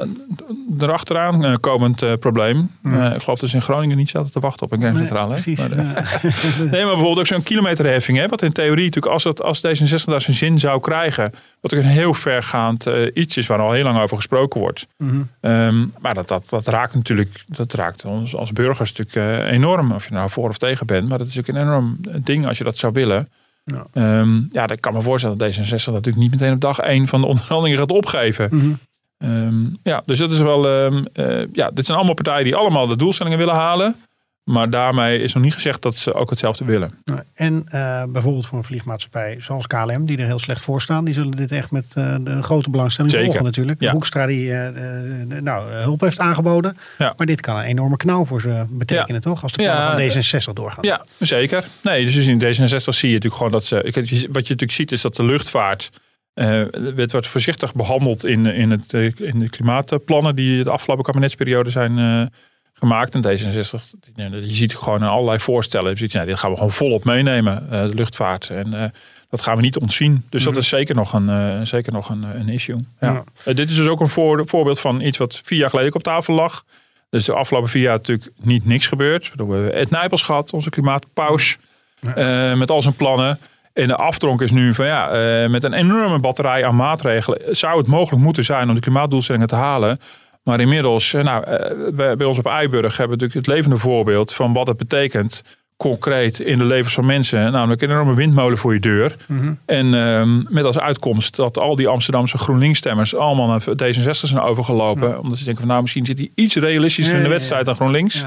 erachteraan komend probleem. Ik geloof dus in Groningen niet zaten te wachten op een kerncentrale. Nee, precies. Maar bijvoorbeeld ook zo'n kilometerheffing. Hè, wat in theorie natuurlijk, als D66 daar zijn zin zou krijgen, wat ook een heel vergaand iets is waar al heel lang over gesproken wordt. Maar dat raakt natuurlijk, dat raakt ons als burgers natuurlijk enorm. Of je nou voor of tegen bent. Maar dat is natuurlijk een enorm ding als je dat zou willen. Ja, ik kan me voorstellen dat D66 natuurlijk niet meteen op dag 1 van de onderhandelingen gaat opgeven. Dus dat is wel. Dit zijn allemaal partijen die allemaal de doelstellingen willen halen. Maar daarmee is nog niet gezegd dat ze ook hetzelfde willen. En bijvoorbeeld voor een vliegmaatschappij zoals KLM, die er heel slecht voor staan, die zullen dit echt met de grote belangstelling volgen natuurlijk. Ja. Hoekstra die hulp heeft aangeboden. Ja. Maar dit kan een enorme knauw voor ze betekenen, toch? Als de plannen van D66 doorgaan. Ja, zeker. Nee, dus in D66 zie je natuurlijk gewoon dat ze. Wat je natuurlijk ziet is dat de luchtvaart wordt voorzichtig behandeld in de klimaatplannen die de afgelopen kabinetsperiode zijn gemaakt. En D66, je ziet gewoon in allerlei voorstellen. Je ziet, dit gaan we gewoon volop meenemen, de luchtvaart. En dat gaan we niet ontzien. Dus dat is zeker nog een issue. Ja. Dit is dus ook een voorbeeld van iets wat 4 jaar geleden op tafel lag. Dus de afgelopen 4 jaar natuurlijk niet niks gebeurd. We hebben Ed Nijpels gehad, onze klimaatpaus. Met al zijn plannen. En de afdronk is nu van met een enorme batterij aan maatregelen zou het mogelijk moeten zijn om de klimaatdoelstellingen te halen. Maar inmiddels, bij ons op Eiburg hebben we natuurlijk het levende voorbeeld van wat het betekent concreet in de levens van mensen. Namelijk een enorme windmolen voor je deur. En met als uitkomst dat al die Amsterdamse GroenLinks-stemmers allemaal naar D66 zijn overgelopen. Omdat ze denken van misschien zit hij iets realistischer in de wedstrijd dan GroenLinks.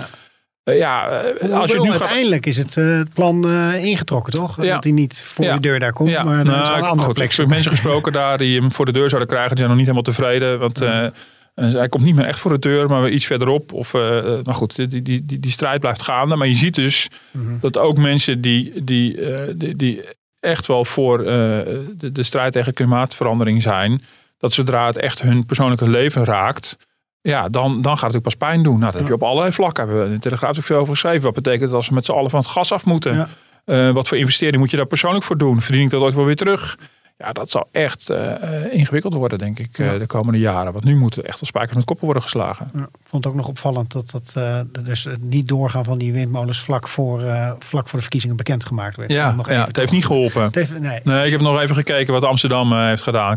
Als je nu uiteindelijk is het plan ingetrokken, toch? Dat hij niet voor de deur daar komt, maar er is een andere plek. Ik heb mensen gesproken daar die hem voor de deur zouden krijgen. Die zijn nog niet helemaal tevreden, want hij komt niet meer echt voor de deur, maar weer iets verderop. Maar goed, die strijd blijft gaande. Maar je ziet dus dat ook mensen die echt wel voor de strijd tegen klimaatverandering zijn, dat zodra het echt hun persoonlijke leven raakt, dan gaat het ook pas pijn doen. Dat heb je op allerlei vlakken. We hebben in de Telegraaf ook veel over geschreven. Wat betekent het als we met z'n allen van het gas af moeten? Wat voor investering moet je daar persoonlijk voor doen? Verdien ik dat ooit wel weer terug? Ja, dat zal echt ingewikkeld worden, denk ik, de komende jaren. Want nu moeten echt als spijkers met koppen worden geslagen. Ja, ik vond het ook nog opvallend dat dus het niet doorgaan van die windmolens vlak voor de verkiezingen bekendgemaakt werd. Het heeft niet geholpen. Nee, ik heb nog even gekeken wat Amsterdam heeft gedaan.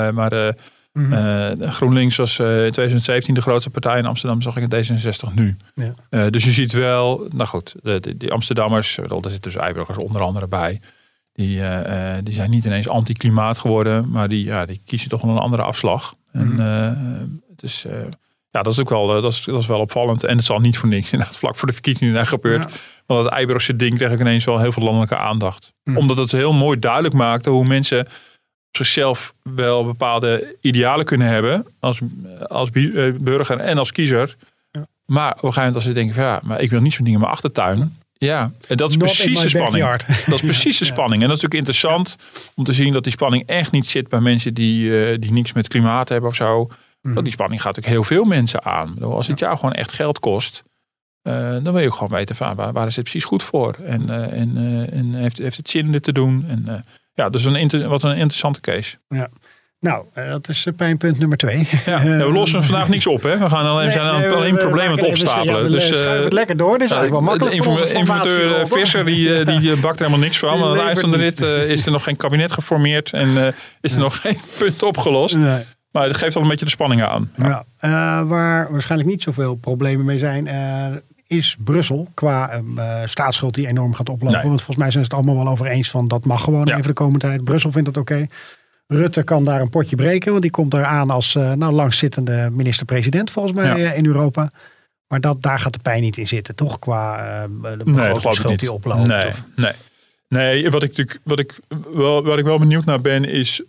GroenLinks was in 2017 de grootste partij in Amsterdam, zag ik in D66 nu. Ja. Dus je ziet wel, die Amsterdammers, daar zitten dus Eiburgers onder andere bij. Die zijn niet ineens anti-klimaat geworden, maar die kiezen toch wel een andere afslag. En dat is ook wel, dat is wel opvallend. En het zal niet voor niks inderdaad vlak voor de verkiezingen daar gebeurt. Ja. Want het Eiburgse ding kreeg ik ineens wel heel veel landelijke aandacht. Omdat het heel mooi duidelijk maakte hoe mensen zichzelf wel bepaalde idealen kunnen hebben als burger en als kiezer. Ja. Maar op een gegeven moment als ze denken maar ik wil niet zo'n ding in mijn achtertuin. Ja, en dat is precies de spanning. Dat is precies de spanning. En dat is natuurlijk interessant om te zien dat die spanning echt niet zit bij mensen die niks met klimaat hebben of zo. Want die spanning gaat natuurlijk heel veel mensen aan. Als het jou gewoon echt geld kost, dan wil je ook gewoon weten van waar is het precies goed voor. En heeft het zin om dit te doen. En dus wat een interessante case. Ja. Nou, dat is pijnpunt nummer 2. Ja, we lossen vandaag niks op, hè? We gaan alleen problemen aan het opstapelen. Dus schuiven het lekker door. Dit is eigenlijk wel makkelijk. De informateur Visser die bakt er helemaal niks van. Aan het eind van de rit is er nog geen kabinet geformeerd en is er nog geen punt opgelost. Nee. Maar het geeft al een beetje de spanning aan. Ja. Waar waarschijnlijk niet zoveel problemen mee zijn, is Brussel qua staatsschuld die enorm gaat oplopen. Nee. Want volgens mij zijn ze het allemaal wel over eens van dat mag gewoon even de komende tijd. Brussel vindt dat oké. Rutte kan daar een potje breken, want die komt daar aan als langzittende minister-president volgens mij in Europa. Maar daar gaat de pijn niet in zitten, toch? Qua de begrotingsschuld die oploopt. Nee, wat ik wel benieuwd naar ben is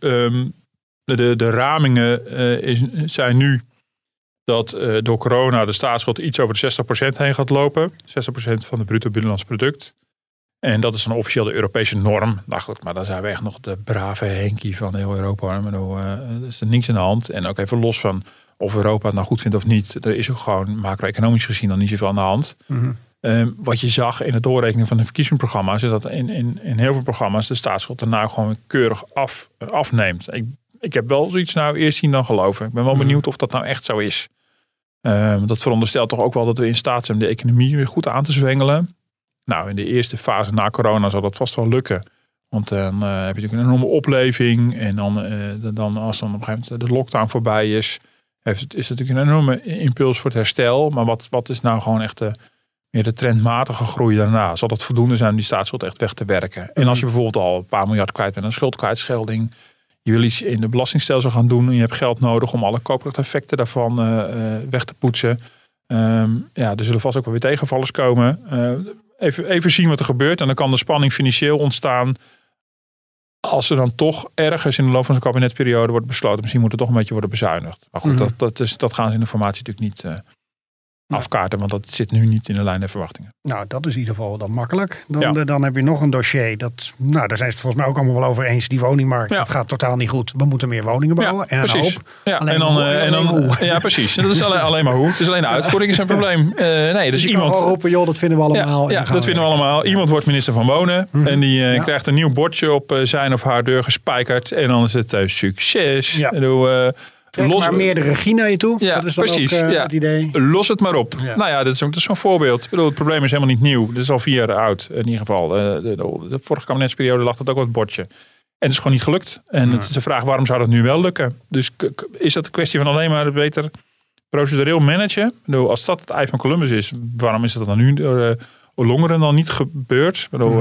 de ramingen zijn nu dat door corona de staatsschuld iets over de 60% heen gaat lopen. 60% van het bruto binnenlands product. En dat is dan officieel de Europese norm. Nou goed, maar dan zijn we echt nog de brave Henkie van heel Europa. Maar er is er niks in de hand. En ook even los van of Europa het nou goed vindt of niet. Er is ook gewoon macro-economisch gezien dan niet zoveel aan de hand. Wat je zag in het doorrekenen van de verkiezingsprogramma's, is dat in heel veel programma's de staatsschuld daarna gewoon keurig afneemt. Ik heb wel zoiets eerst zien dan geloven. Ik ben wel benieuwd of dat nou echt zo is. Dat veronderstelt toch ook wel dat we in staat zijn de economie weer goed aan te zwengelen. Nou, in de eerste fase na corona zal dat vast wel lukken. Want dan heb je natuurlijk een enorme opleving. En dan als dan op een gegeven moment de lockdown voorbij is het natuurlijk een enorme impuls voor het herstel. Maar wat is nou gewoon echt meer de trendmatige groei daarna? Zal dat voldoende zijn om die staatsschuld echt weg te werken? En als je bijvoorbeeld al een paar miljard kwijt bent aan schuldkwijtschelding, je wil iets in de belastingstelsel gaan doen en je hebt geld nodig om alle koopkrachteffecten daarvan weg te poetsen. Er zullen vast ook wel weer tegenvallers komen. Even zien wat er gebeurt. En dan kan de spanning financieel ontstaan als er dan toch ergens in de loop van zijn kabinetperiode wordt besloten, misschien moet er toch een beetje worden bezuinigd. Maar goed, dat gaan ze in de formatie natuurlijk niet afkaarten, want dat zit nu niet in de lijn der verwachtingen. Nou, dat is in ieder geval dan makkelijk. Dan heb je nog een dossier. Daar zijn ze het volgens mij ook allemaal wel over eens. Die woningmarkt, dat gaat totaal niet goed. We moeten meer woningen bouwen. Ja, en precies. Hoop. Ja, precies. Dat is alleen maar hoe. Het is alleen de uitvoering is een probleem. Dus iemand hopen, dat vinden we allemaal. Ja, dat vinden we allemaal. Iemand wordt minister van Wonen. En die krijgt een nieuw bordje op zijn of haar deur gespijkerd. En dan is het succes. Ja. Trek maar meer de regie naar je toe. Ja, dat is dan precies. ook het idee. Los het maar op. Ja. Nou ja, dat is zo'n voorbeeld. Ik bedoel, het probleem is helemaal niet nieuw. Dit is al 4 jaar oud in ieder geval. De vorige kabinetsperiode lag dat ook op het bordje. En het is gewoon niet gelukt. En het is de vraag, waarom zou dat nu wel lukken? Dus is dat een kwestie van alleen maar beter procedureel managen? Ik bedoel, als dat het ei van Columbus is, waarom is dat dan nu Longeren dan niet gebeurd? Ik bedoel,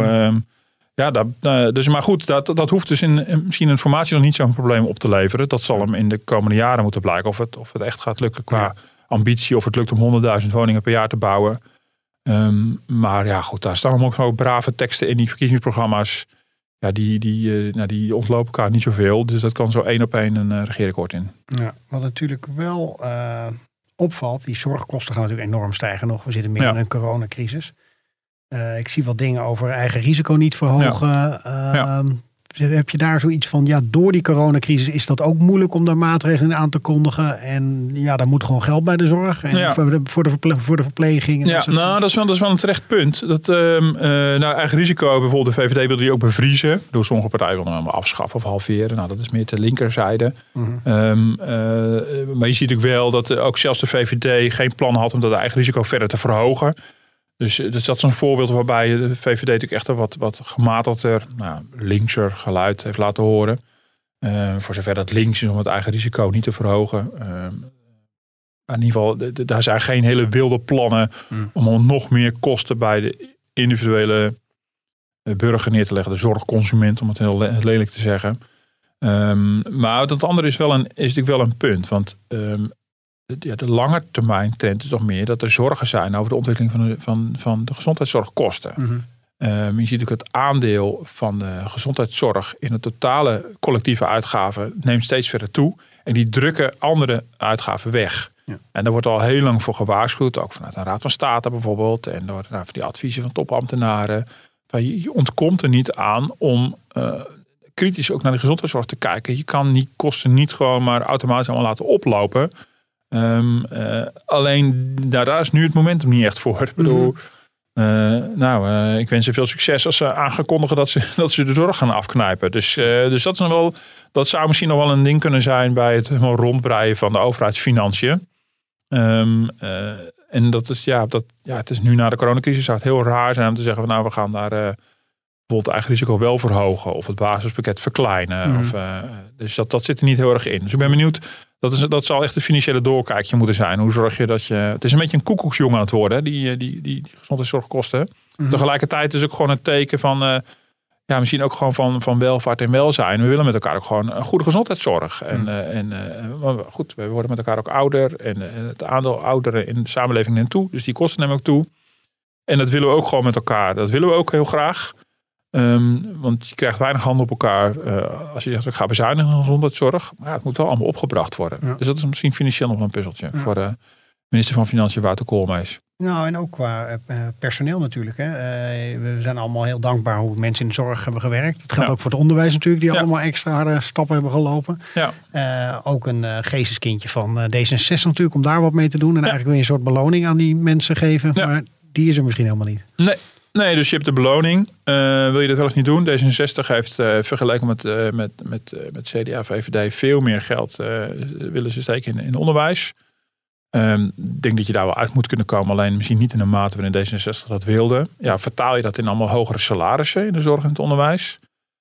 dus maar goed, dat hoeft dus misschien in formatie nog niet zo'n probleem op te leveren. Dat zal hem in de komende jaren moeten blijken of het echt gaat lukken qua ambitie. Of het lukt om 100.000 woningen per jaar te bouwen. Maar ja, goed, daar staan ook zo brave teksten in die verkiezingsprogramma's. Ja, die ontlopen elkaar niet zoveel. Dus dat kan zo 1 op 1 een regeerakkoord in. Ja, wat natuurlijk wel opvalt, die zorgkosten gaan natuurlijk enorm stijgen nog. We zitten midden in een coronacrisis. Ik zie wat dingen over eigen risico niet verhogen. Heb je daar zoiets van, door die coronacrisis is dat ook moeilijk om daar maatregelen aan te kondigen. En daar moet gewoon geld bij de zorg. En voor de verpleging. En dat is wel een terecht punt. Dat eigen risico, bijvoorbeeld de VVD wilde die ook bevriezen. Door sommige partijen wilden hem afschaffen of halveren. Nou, dat is meer de linkerzijde. Maar je ziet ook wel dat ook zelfs de VVD geen plan had om dat eigen risico verder te verhogen. Dus dat is een voorbeeld waarbij de VVD natuurlijk echt wat gematigder, linkser geluid heeft laten horen. Voor zover dat links is om het eigen risico niet te verhogen. In ieder geval, daar zijn geen hele wilde plannen om nog meer kosten bij de individuele burger neer te leggen. De zorgconsument, om het heel lelijk te zeggen. Maar dat andere is natuurlijk wel een punt. Want de langetermijn trend is toch meer dat er zorgen zijn over de ontwikkeling van de gezondheidszorgkosten. Je ziet ook het aandeel van de gezondheidszorg in de totale collectieve uitgaven neemt steeds verder toe. En die drukken andere uitgaven weg. Ja. En daar wordt al heel lang voor gewaarschuwd, ook vanuit de Raad van State bijvoorbeeld. En door van die adviezen van topambtenaren. Je ontkomt er niet aan om kritisch ook naar de gezondheidszorg te kijken. Je kan die kosten niet gewoon maar automatisch allemaal laten oplopen. Alleen daar is nu het momentum niet echt voor. Ik bedoel, ik wens ze veel succes als ze aangekondigen dat ze de zorg gaan afknijpen. Dus dat zou misschien nog wel een ding kunnen zijn bij het rondbreien van de overheidsfinanciën. En dat is het is nu na de coronacrisis zou het heel raar zijn om te zeggen van we gaan daar bijvoorbeeld het eigen risico wel verhogen of het basispakket verkleinen. Dus dat zit er niet heel erg in. Dus ik ben benieuwd. Dat zal echt een financiële doorkijkje moeten zijn. Hoe zorg je dat je... Het is een beetje een koekoeksjong aan het worden, die gezondheidszorgkosten. Tegelijkertijd is ook gewoon een teken van... misschien ook gewoon van welvaart en welzijn. We willen met elkaar ook gewoon een goede gezondheidszorg. Goed, we worden met elkaar ook ouder. En het aandeel ouderen in de samenleving neemt toe. Dus die kosten nemen ook toe. En dat willen we ook gewoon met elkaar. Dat willen we ook heel graag. Want je krijgt weinig handen op elkaar als je zegt ik ga bezuinigen in gezondheidszorg. Maar het moet wel allemaal opgebracht worden. Ja. Dus dat is misschien financieel nog een puzzeltje voor de minister van Financiën Wouter Koolmees. Nou, en ook qua personeel natuurlijk. Hè. We zijn allemaal heel dankbaar hoe mensen in de zorg hebben gewerkt. Dat geldt ook voor het onderwijs natuurlijk, die allemaal extra harde stappen hebben gelopen. Ja. Ook een geesteskindje van D66 natuurlijk, om daar wat mee te doen. En eigenlijk weer een soort beloning aan die mensen geven. Ja. Maar die is er misschien helemaal niet. Nee, dus je hebt de beloning. Wil je dat wel eens niet doen? D66 heeft vergeleken met CDA, VVD veel meer geld willen ze steken in onderwijs. Ik denk dat je daar wel uit moet kunnen komen. Alleen misschien niet in de mate waarin D66 dat wilde. Ja, vertaal je dat in allemaal hogere salarissen in de zorg en het onderwijs?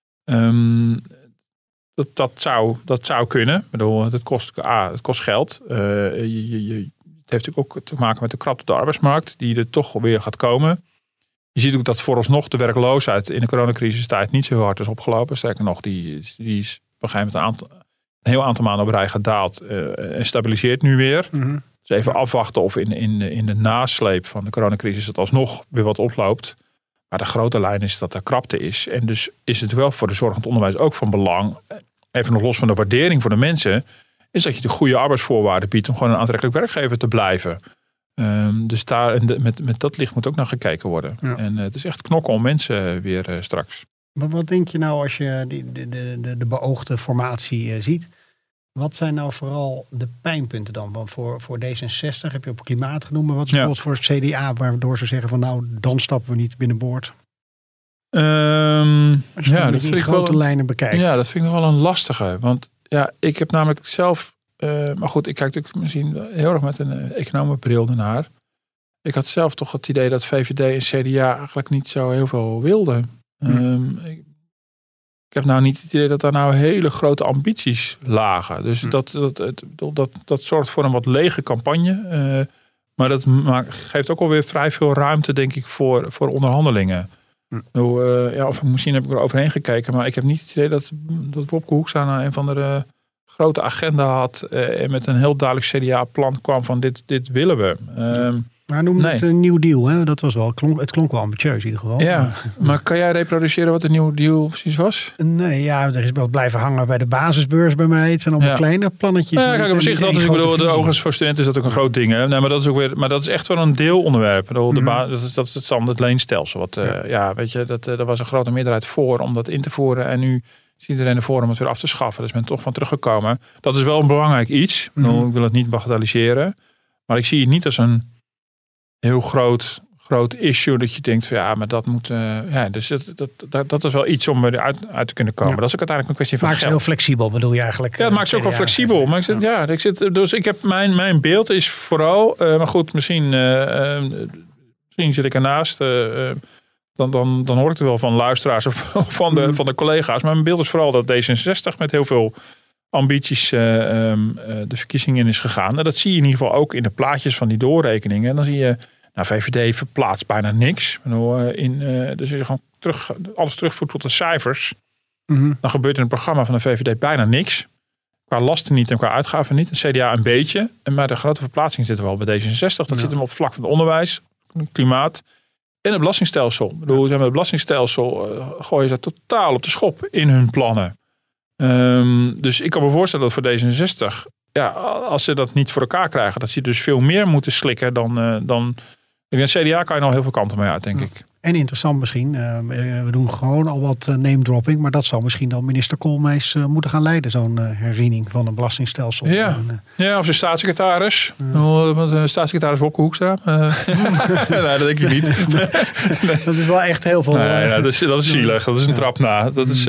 Dat zou kunnen. Ik bedoel, het kost geld. Het heeft natuurlijk ook te maken met de krapte op de arbeidsmarkt. Die er toch weer gaat komen. Je ziet ook dat vooralsnog de werkloosheid in de coronacrisistijd niet zo hard is opgelopen. Sterker nog, die is op een gegeven moment een heel aantal maanden op rij gedaald. En stabiliseert nu weer. Mm-hmm. Dus even afwachten of in de nasleep van de coronacrisis het alsnog weer wat oploopt. Maar de grote lijn is dat er krapte is. En dus is het wel voor de zorg en het onderwijs ook van belang. Even nog los van de waardering voor de mensen. Is dat je de goede arbeidsvoorwaarden biedt om gewoon een aantrekkelijk werkgever te blijven. Dus daar met dat licht moet ook naar gekeken worden. Ja. En het is echt knokken om mensen weer straks. Wat denk je nou als je de beoogde formatie ziet? Wat zijn nou vooral de pijnpunten dan? Want voor D66 heb je op klimaat genoemd. Maar wat is bijvoorbeeld voor het CDA, waardoor ze zeggen van nou, dan stappen we niet binnenboord? Dat vind ik grote lijnen bekijkt. Ja, dat vind ik nog wel een lastige. Want ja, ik heb namelijk zelf... maar goed, ik kijk natuurlijk misschien heel erg met een economenbril ernaar. Ik had zelf toch het idee dat VVD en CDA eigenlijk niet zo heel veel wilden. Ik heb nou niet het idee dat daar nou hele grote ambities lagen. Dus dat zorgt voor een wat lege campagne. Maar dat geeft ook alweer vrij veel ruimte, denk ik, voor onderhandelingen. Of misschien heb ik er overheen gekeken. Maar ik heb niet het idee dat Wopke Hoekstra naar een van de grote agenda had. En met een heel duidelijk CDA-plan kwam van dit willen we. Maar noemde het een nieuw deal, hè? Dat was wel, het klonk wel ambitieus in ieder geval. Ja, maar kan jij reproduceren wat een nieuw deal precies was? Nee, ja, er is wel blijven hangen bij de basisbeurs bij mij. Het zijn allemaal kleine plannetjes. Ja, kijk, op zich, dat is, ik bedoel, overigens voor studenten is dat ook een groot ding. Hè? Nee, maar dat is ook weer, maar dat is echt wel een deelonderwerp. Dat is het standaard leenstelsel. Weet je, daar was een grote meerderheid voor om dat in te voeren. En nu is iedereen ervoor om het weer af te schaffen. Dus men toch van teruggekomen. Dat is wel een belangrijk iets. Ik wil het niet bagatelliseren. Maar ik zie het niet als een heel groot issue dat je denkt van maar dat moet... dus dat is wel iets om eruit uit te kunnen komen. Ja. Dat is ook uiteindelijk een kwestie van geld. Maakt ze heel flexibel, bedoel je eigenlijk? Ja, het maakt ze ook wel flexibel. Maar ik heb mijn beeld is vooral... maar goed, misschien zit ik ernaast. Dan hoor ik het wel van luisteraars of van de collega's. Maar mijn beeld is vooral dat D66 met heel veel ambities de verkiezingen in is gegaan. En dat zie je in ieder geval ook in de plaatjes van die doorrekeningen. En dan zie je, VVD verplaatst bijna niks. Dus je gewoon alles terugvoert tot de cijfers. Mm-hmm. Dan gebeurt in het programma van de VVD bijna niks. Qua lasten niet en qua uitgaven niet. Een CDA een beetje. Maar de grote verplaatsing zit er wel bij D66. Dat zit hem op het vlak van het onderwijs, klimaat en het belastingstelsel. Ik bedoel, met het belastingstelsel gooien ze totaal op de schop in hun plannen. Dus ik kan me voorstellen dat voor D66, als ze dat niet voor elkaar krijgen, dat ze dus veel meer moeten slikken dan in het CDA kan je nog heel veel kanten mee uit, denk ik. En interessant misschien, we doen gewoon al wat name dropping, maar dat zal misschien dan minister Koolmees moeten gaan leiden, zo'n herziening van een belastingstelsel. Of zijn staatssecretaris. Staatssecretaris Wopke Hoekstra. Nee, dat denk ik niet. Nee. Dat is wel echt heel veel. Nee, dat is zielig. Dat is een trap na. Dat is,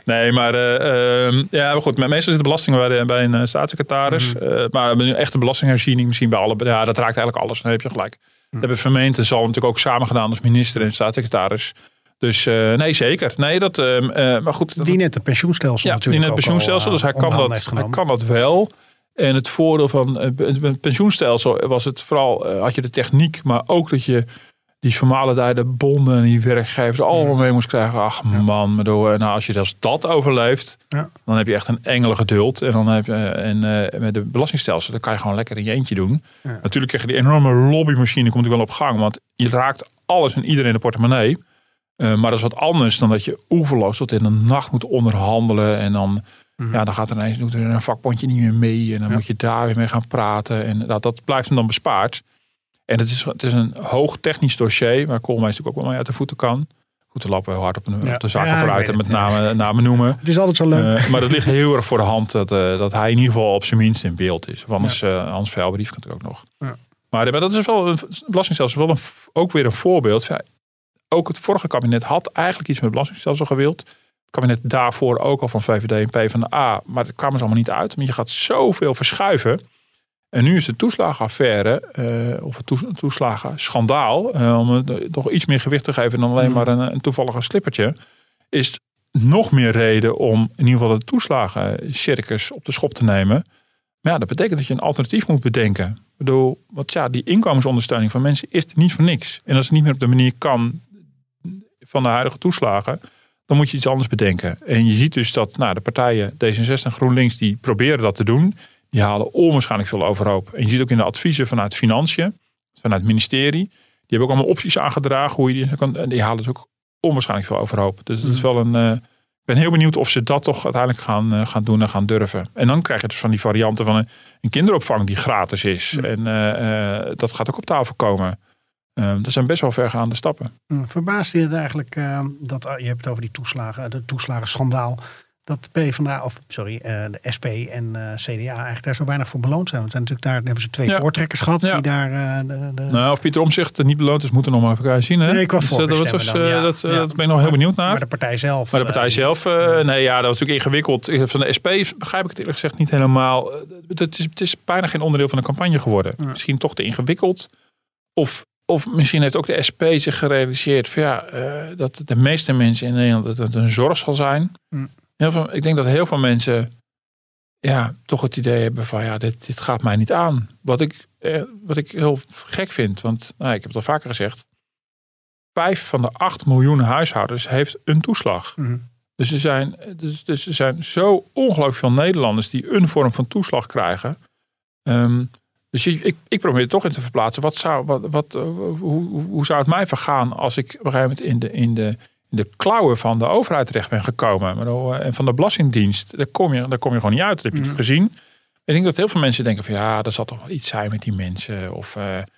maar goed, meestal zit de belasting bij een staatssecretaris. Maar een echte belastingherziening misschien bij alle. Ja, dat raakt eigenlijk alles. Dan heb je gelijk. Dat hebben Vermeenten zal natuurlijk ook samen gedaan als minister en staatssecretaris. Dus nee, zeker. Nee, maar goed. Die net het pensioenstelsel natuurlijk. Die net het pensioenstelsel, dus hij kan dat wel. En het voordeel van het pensioenstelsel was het vooral, had je de techniek, maar ook dat je die vermalendijde bonden en die werkgevers allemaal mee moest krijgen. Ach man, als je dat overleeft, dan heb je echt een engele geduld. En dan heb je met de belastingstelsel, dan kan je gewoon lekker in je eentje doen. Ja. Natuurlijk krijg je die enorme lobbymachine, komt natuurlijk wel op gang, want je raakt alles en iedereen in de portemonnee. Maar dat is wat anders dan dat je oeverloos tot in de nacht moet onderhandelen en dan dan gaat er doet er een vakbondje niet meer mee en dan moet je daar weer mee gaan praten en dat blijft hem dan bespaard. En het is een hoog technisch dossier, waar Koolmees natuurlijk ook wel mee uit de voeten kan. Goed, te lopen heel hard op de zaken vooruit en met namen noemen. Het is altijd zo leuk. Maar dat ligt heel erg voor de hand dat hij in ieder geval op zijn minst in beeld is. Of anders Hans Veilbrief kan natuurlijk ook nog. Ja. Maar dat is wel een belastingstelsel, ook weer een voorbeeld. Ook het vorige kabinet had eigenlijk iets met het belastingstelsel gewild. Het kabinet daarvoor ook al van VVD en PvdA. Maar het kwam er allemaal niet uit. Want je gaat zoveel verschuiven. En nu is de toeslagenaffaire, of het toeslagenschandaal, om het nog iets meer gewicht te geven dan alleen maar een toevallige slippertje, is nog meer reden om in ieder geval de toeslagencircus op de schop te nemen. Maar ja, dat betekent dat je een alternatief moet bedenken. Ik bedoel, die inkomensondersteuning van mensen is niet voor niks. En als het niet meer op de manier kan van de huidige toeslagen, dan moet je iets anders bedenken. En je ziet dus dat de partijen D66 en GroenLinks die proberen dat te doen. Die halen onwaarschijnlijk veel overhoop. En je ziet ook in de adviezen vanuit Financiën, vanuit het ministerie. Die hebben ook allemaal opties aangedragen hoe je die kan. En die halen dus ook onwaarschijnlijk veel overhoop. Dus het is wel ik ben heel benieuwd of ze dat toch uiteindelijk gaan doen en gaan durven. En dan krijg je dus van die varianten van een kinderopvang die gratis is. En dat gaat ook op tafel komen. Dat zijn best wel vergaande stappen. Verbaast je het eigenlijk dat je hebt het over die toeslagenschandaal. Dat PvdA, de SP en CDA eigenlijk daar zo weinig voor beloond zijn. Want natuurlijk daar hebben ze 2 voortrekkers gehad. Die daar, of Pieter Omtzigt niet beloond is, moeten we nog maar even zien. Hè? Nee, qua dat ben ik nog heel benieuwd naar. Maar de partij zelf. Dat was natuurlijk ingewikkeld. Van de SP begrijp ik het eerlijk gezegd niet helemaal. Het is bijna geen onderdeel van de campagne geworden. Ja. Misschien toch te ingewikkeld. Of misschien heeft ook de SP zich gerealiseerd dat de meeste mensen in Nederland het een zorg zal zijn. Ik denk dat heel veel mensen toch het idee hebben van dit gaat mij niet aan. Wat ik heel gek vind, want ik heb het al vaker gezegd. 5 van de 8 miljoen huishoudens heeft een toeslag. Dus er zijn zo ongelooflijk veel Nederlanders die een vorm van toeslag krijgen. Dus ik probeer het toch in te verplaatsen. Hoe zou het mij vergaan als ik op een gegeven moment in de klauwen van de overheid terecht ben gekomen. En van de Belastingdienst. Daar kom je gewoon niet uit. Dat heb je gezien. Ik denk dat heel veel mensen denken van dat zal toch wel iets zijn met die mensen. Of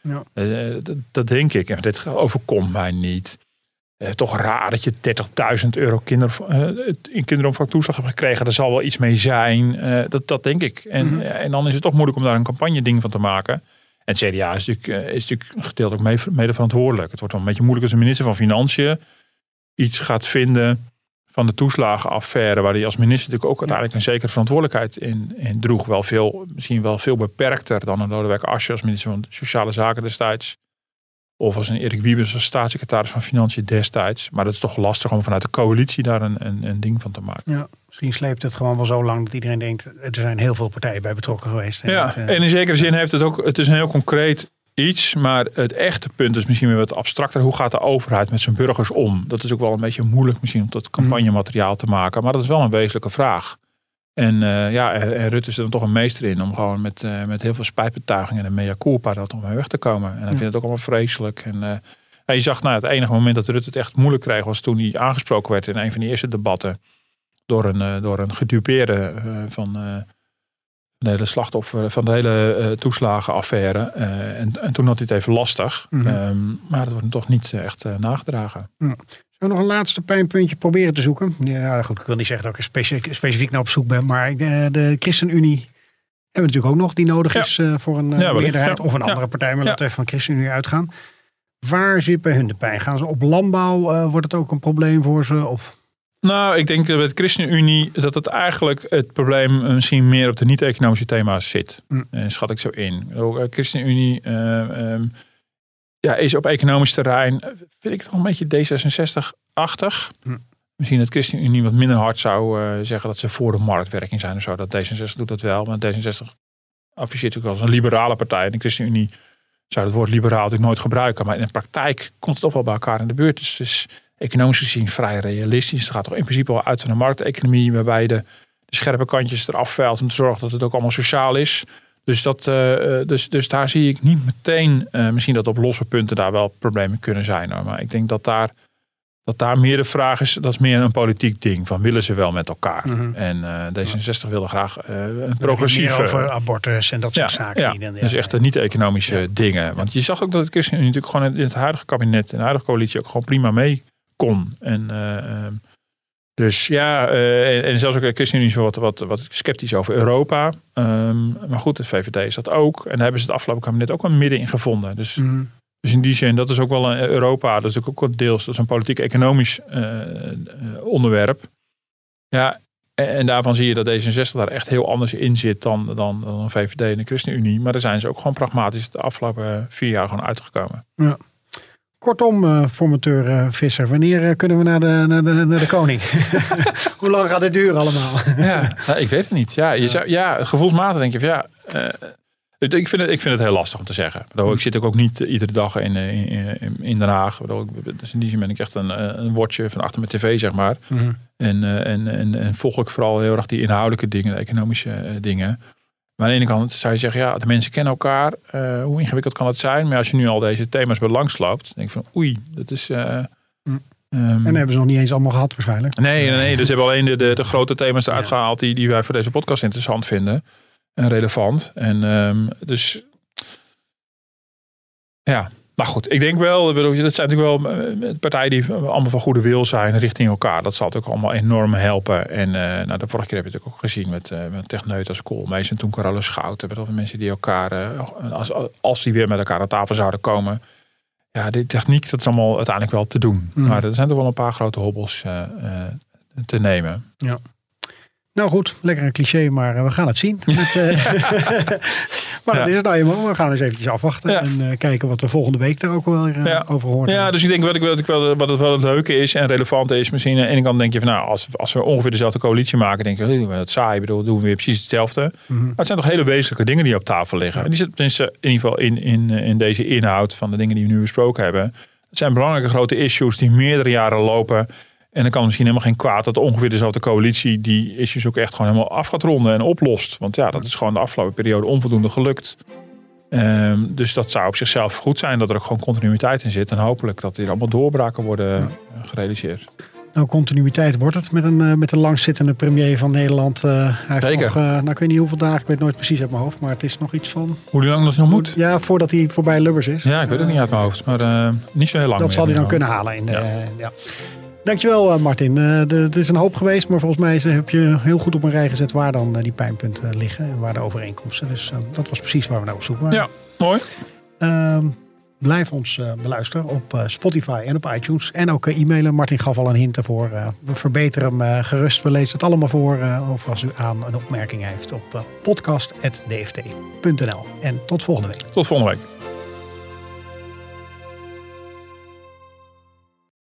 dat denk ik. En dit overkomt mij niet. Toch raar dat je €30.000 in kinderopvangtoeslag hebt gekregen. Daar zal wel iets mee zijn. Dat denk ik. En dan is het toch moeilijk om daar een campagne ding van te maken. En het CDA is natuurlijk gedeeltelijk mede verantwoordelijk. Het wordt wel een beetje moeilijk als een minister van Financiën iets gaat vinden van de toeslagenaffaire, waar hij als minister natuurlijk ook uiteindelijk een zekere verantwoordelijkheid in droeg. Misschien wel veel beperkter dan een Lodewijk Asscher als minister van Sociale Zaken destijds. Of als een Erik Wiebes als staatssecretaris van Financiën destijds. Maar dat is toch lastig om vanuit de coalitie daar een ding van te maken. Ja, misschien sleept het gewoon wel zo lang dat iedereen denkt, er zijn heel veel partijen bij betrokken geweest. En in zekere zin heeft het is een heel concreet iets, maar het echte punt is misschien weer wat abstracter. Hoe gaat de overheid met zijn burgers om? Dat is ook wel een beetje moeilijk misschien om tot campagnemateriaal te maken. Maar dat is wel een wezenlijke vraag. En Rutte is er dan toch een meester in om gewoon met heel veel spijtbetuigingen en een mea culpa dat om weg te komen. En hij vindt het ook allemaal vreselijk. En je zag het enige moment dat Rutte het echt moeilijk kreeg was toen hij aangesproken werd in een van die eerste debatten door een gedupeerde van de hele slachtoffer van de hele toeslagenaffaire. En toen had hij het even lastig. Maar dat wordt toch niet echt nagedragen. Zullen we nog een laatste pijnpuntje proberen te zoeken? Ja, goed, ik wil niet zeggen dat ik specifiek naar op zoek ben. Maar de ChristenUnie hebben we natuurlijk ook nog. Die nodig is voor een meerderheid of een andere partij. Maar laten we even van ChristenUnie uitgaan. Waar zit bij hun de pijn? Gaan ze op landbouw? Wordt het ook een probleem voor ze? Of? Nou, ik denk dat bij de ChristenUnie dat het eigenlijk het probleem misschien meer op de niet-economische thema's zit. Schat ik zo in. ChristenUnie is op economisch terrein, vind ik het nog een beetje D66-achtig. Misschien dat ChristenUnie wat minder hard zou zeggen dat ze voor de marktwerking zijn of zo. Dat D66 doet dat wel, maar D66 afficheert natuurlijk als een liberale partij. En de ChristenUnie zou het woord liberaal natuurlijk nooit gebruiken. Maar in de praktijk komt het toch wel bij elkaar in de buurt. Dus het is economisch gezien vrij realistisch. Het gaat toch in principe wel uit van de markteconomie, waarbij je de scherpe kantjes eraf veilt om te zorgen dat het ook allemaal sociaal is. Dus daar zie ik niet meteen, misschien dat op losse punten daar wel problemen kunnen zijn. Hoor. Maar ik denk dat dat daar meer de vraag is, dat is meer een politiek ding. Van willen ze wel met elkaar? Mm-hmm. En D66 wilde graag een progressieve... over abortus en dat soort zaken. Ja, dus echt niet-economische dingen. Want je zag ook dat de ChristenUnie natuurlijk gewoon in het huidige kabinet, in de huidige coalitie ook gewoon prima mee kon. En dus ja, en zelfs ook de ChristenUnie is wat sceptisch over Europa. Maar goed, het VVD is dat ook. En daar hebben ze het afgelopen kabinet ook wel middenin gevonden. Dus... Mm-hmm. Dus in die zin, dat is ook wel een Europa, dat is ook wel deels, dat is een politiek-economisch onderwerp. Ja, en daarvan zie je dat D66 daar echt heel anders in zit dan VVD en de ChristenUnie. Maar daar zijn ze ook gewoon pragmatisch de afgelopen 4 jaar gewoon uitgekomen. Ja. Kortom, formateur Visser, wanneer kunnen we naar de koning? Hoe lang gaat dit duren allemaal? Ik weet het niet. Ja, gevoelsmatig denk je van ja... Ik vind het heel lastig om te zeggen. Ik zit ook niet iedere dag in Den Haag. Dus in die zin ben ik echt een watcher van achter mijn tv, zeg maar. Mm-hmm. En volg ik vooral heel erg die inhoudelijke dingen, de economische dingen. Maar aan de ene kant zou je zeggen, ja, de mensen kennen elkaar. Hoe ingewikkeld kan het zijn? Maar als je nu al deze thema's bij langs loopt, dan denk ik van oei, dat is... en hebben ze nog niet eens allemaal gehad waarschijnlijk. Nee. Dus hebben alleen de grote thema's eruit gehaald die wij voor deze podcast interessant vinden. En relevant. En dus ja, maar goed. Ik denk wel, dat zijn natuurlijk wel partijen die allemaal van goede wil zijn richting elkaar. Dat zal natuurlijk allemaal enorm helpen. En de vorige keer heb je het ook gezien met techneut als Koolmees en toen Carola Schouten. Met mensen die elkaar, als die weer met elkaar aan tafel zouden komen. Ja, de techniek, dat is allemaal uiteindelijk wel te doen. Mm. Maar er zijn toch wel een paar grote hobbels te nemen. Ja. Nou goed, lekker een cliché, maar we gaan het zien. Maar dat is het nou eenmaal. We gaan eens eventjes afwachten en kijken wat we volgende week er ook wel over horen. Ja, dus ik denk wat het wel het leuke is en relevant is. Misschien aan de ene kant denk je van nou, als we ongeveer dezelfde coalitie maken, denk je, dat saai, bedoel, doen we weer precies hetzelfde. Mm-hmm. Maar het zijn toch hele wezenlijke dingen die op tafel liggen. En die zitten in ieder geval in deze inhoud van de dingen die we nu besproken hebben. Het zijn belangrijke grote issues die meerdere jaren lopen. En dan kan misschien helemaal geen kwaad dat ongeveer dezelfde coalitie die issues ook echt gewoon helemaal af gaat ronden en oplost. Want ja, dat is gewoon de afgelopen periode onvoldoende gelukt. Dus dat zou op zichzelf goed zijn dat er ook gewoon continuïteit in zit. En hopelijk dat hier allemaal doorbraken worden gerealiseerd. Nou, continuïteit wordt het met een langzittende premier van Nederland. Hij heeft nog, ik weet niet hoeveel dagen, ik weet nooit precies uit mijn hoofd. Maar het is nog iets van... Hoe lang dat nog moet? Ja, voordat hij voorbij Lubbers is. Ja, ik weet het niet uit mijn hoofd. Maar niet zo heel lang. Dat zal hij dan kunnen halen. Dankjewel Martin. Het is een hoop geweest, maar volgens mij heb je heel goed op een rij gezet waar dan die pijnpunten liggen en waar de overeenkomsten. Dus dat was precies waar we naar op zoek waren. Ja, mooi. Blijf ons beluisteren op Spotify en op iTunes. En ook e-mailen. Martin gaf al een hint ervoor. We verbeteren hem gerust. We lezen het allemaal voor. Of als u aan een opmerking heeft op podcast@dft.nl. En tot volgende week. Tot volgende week.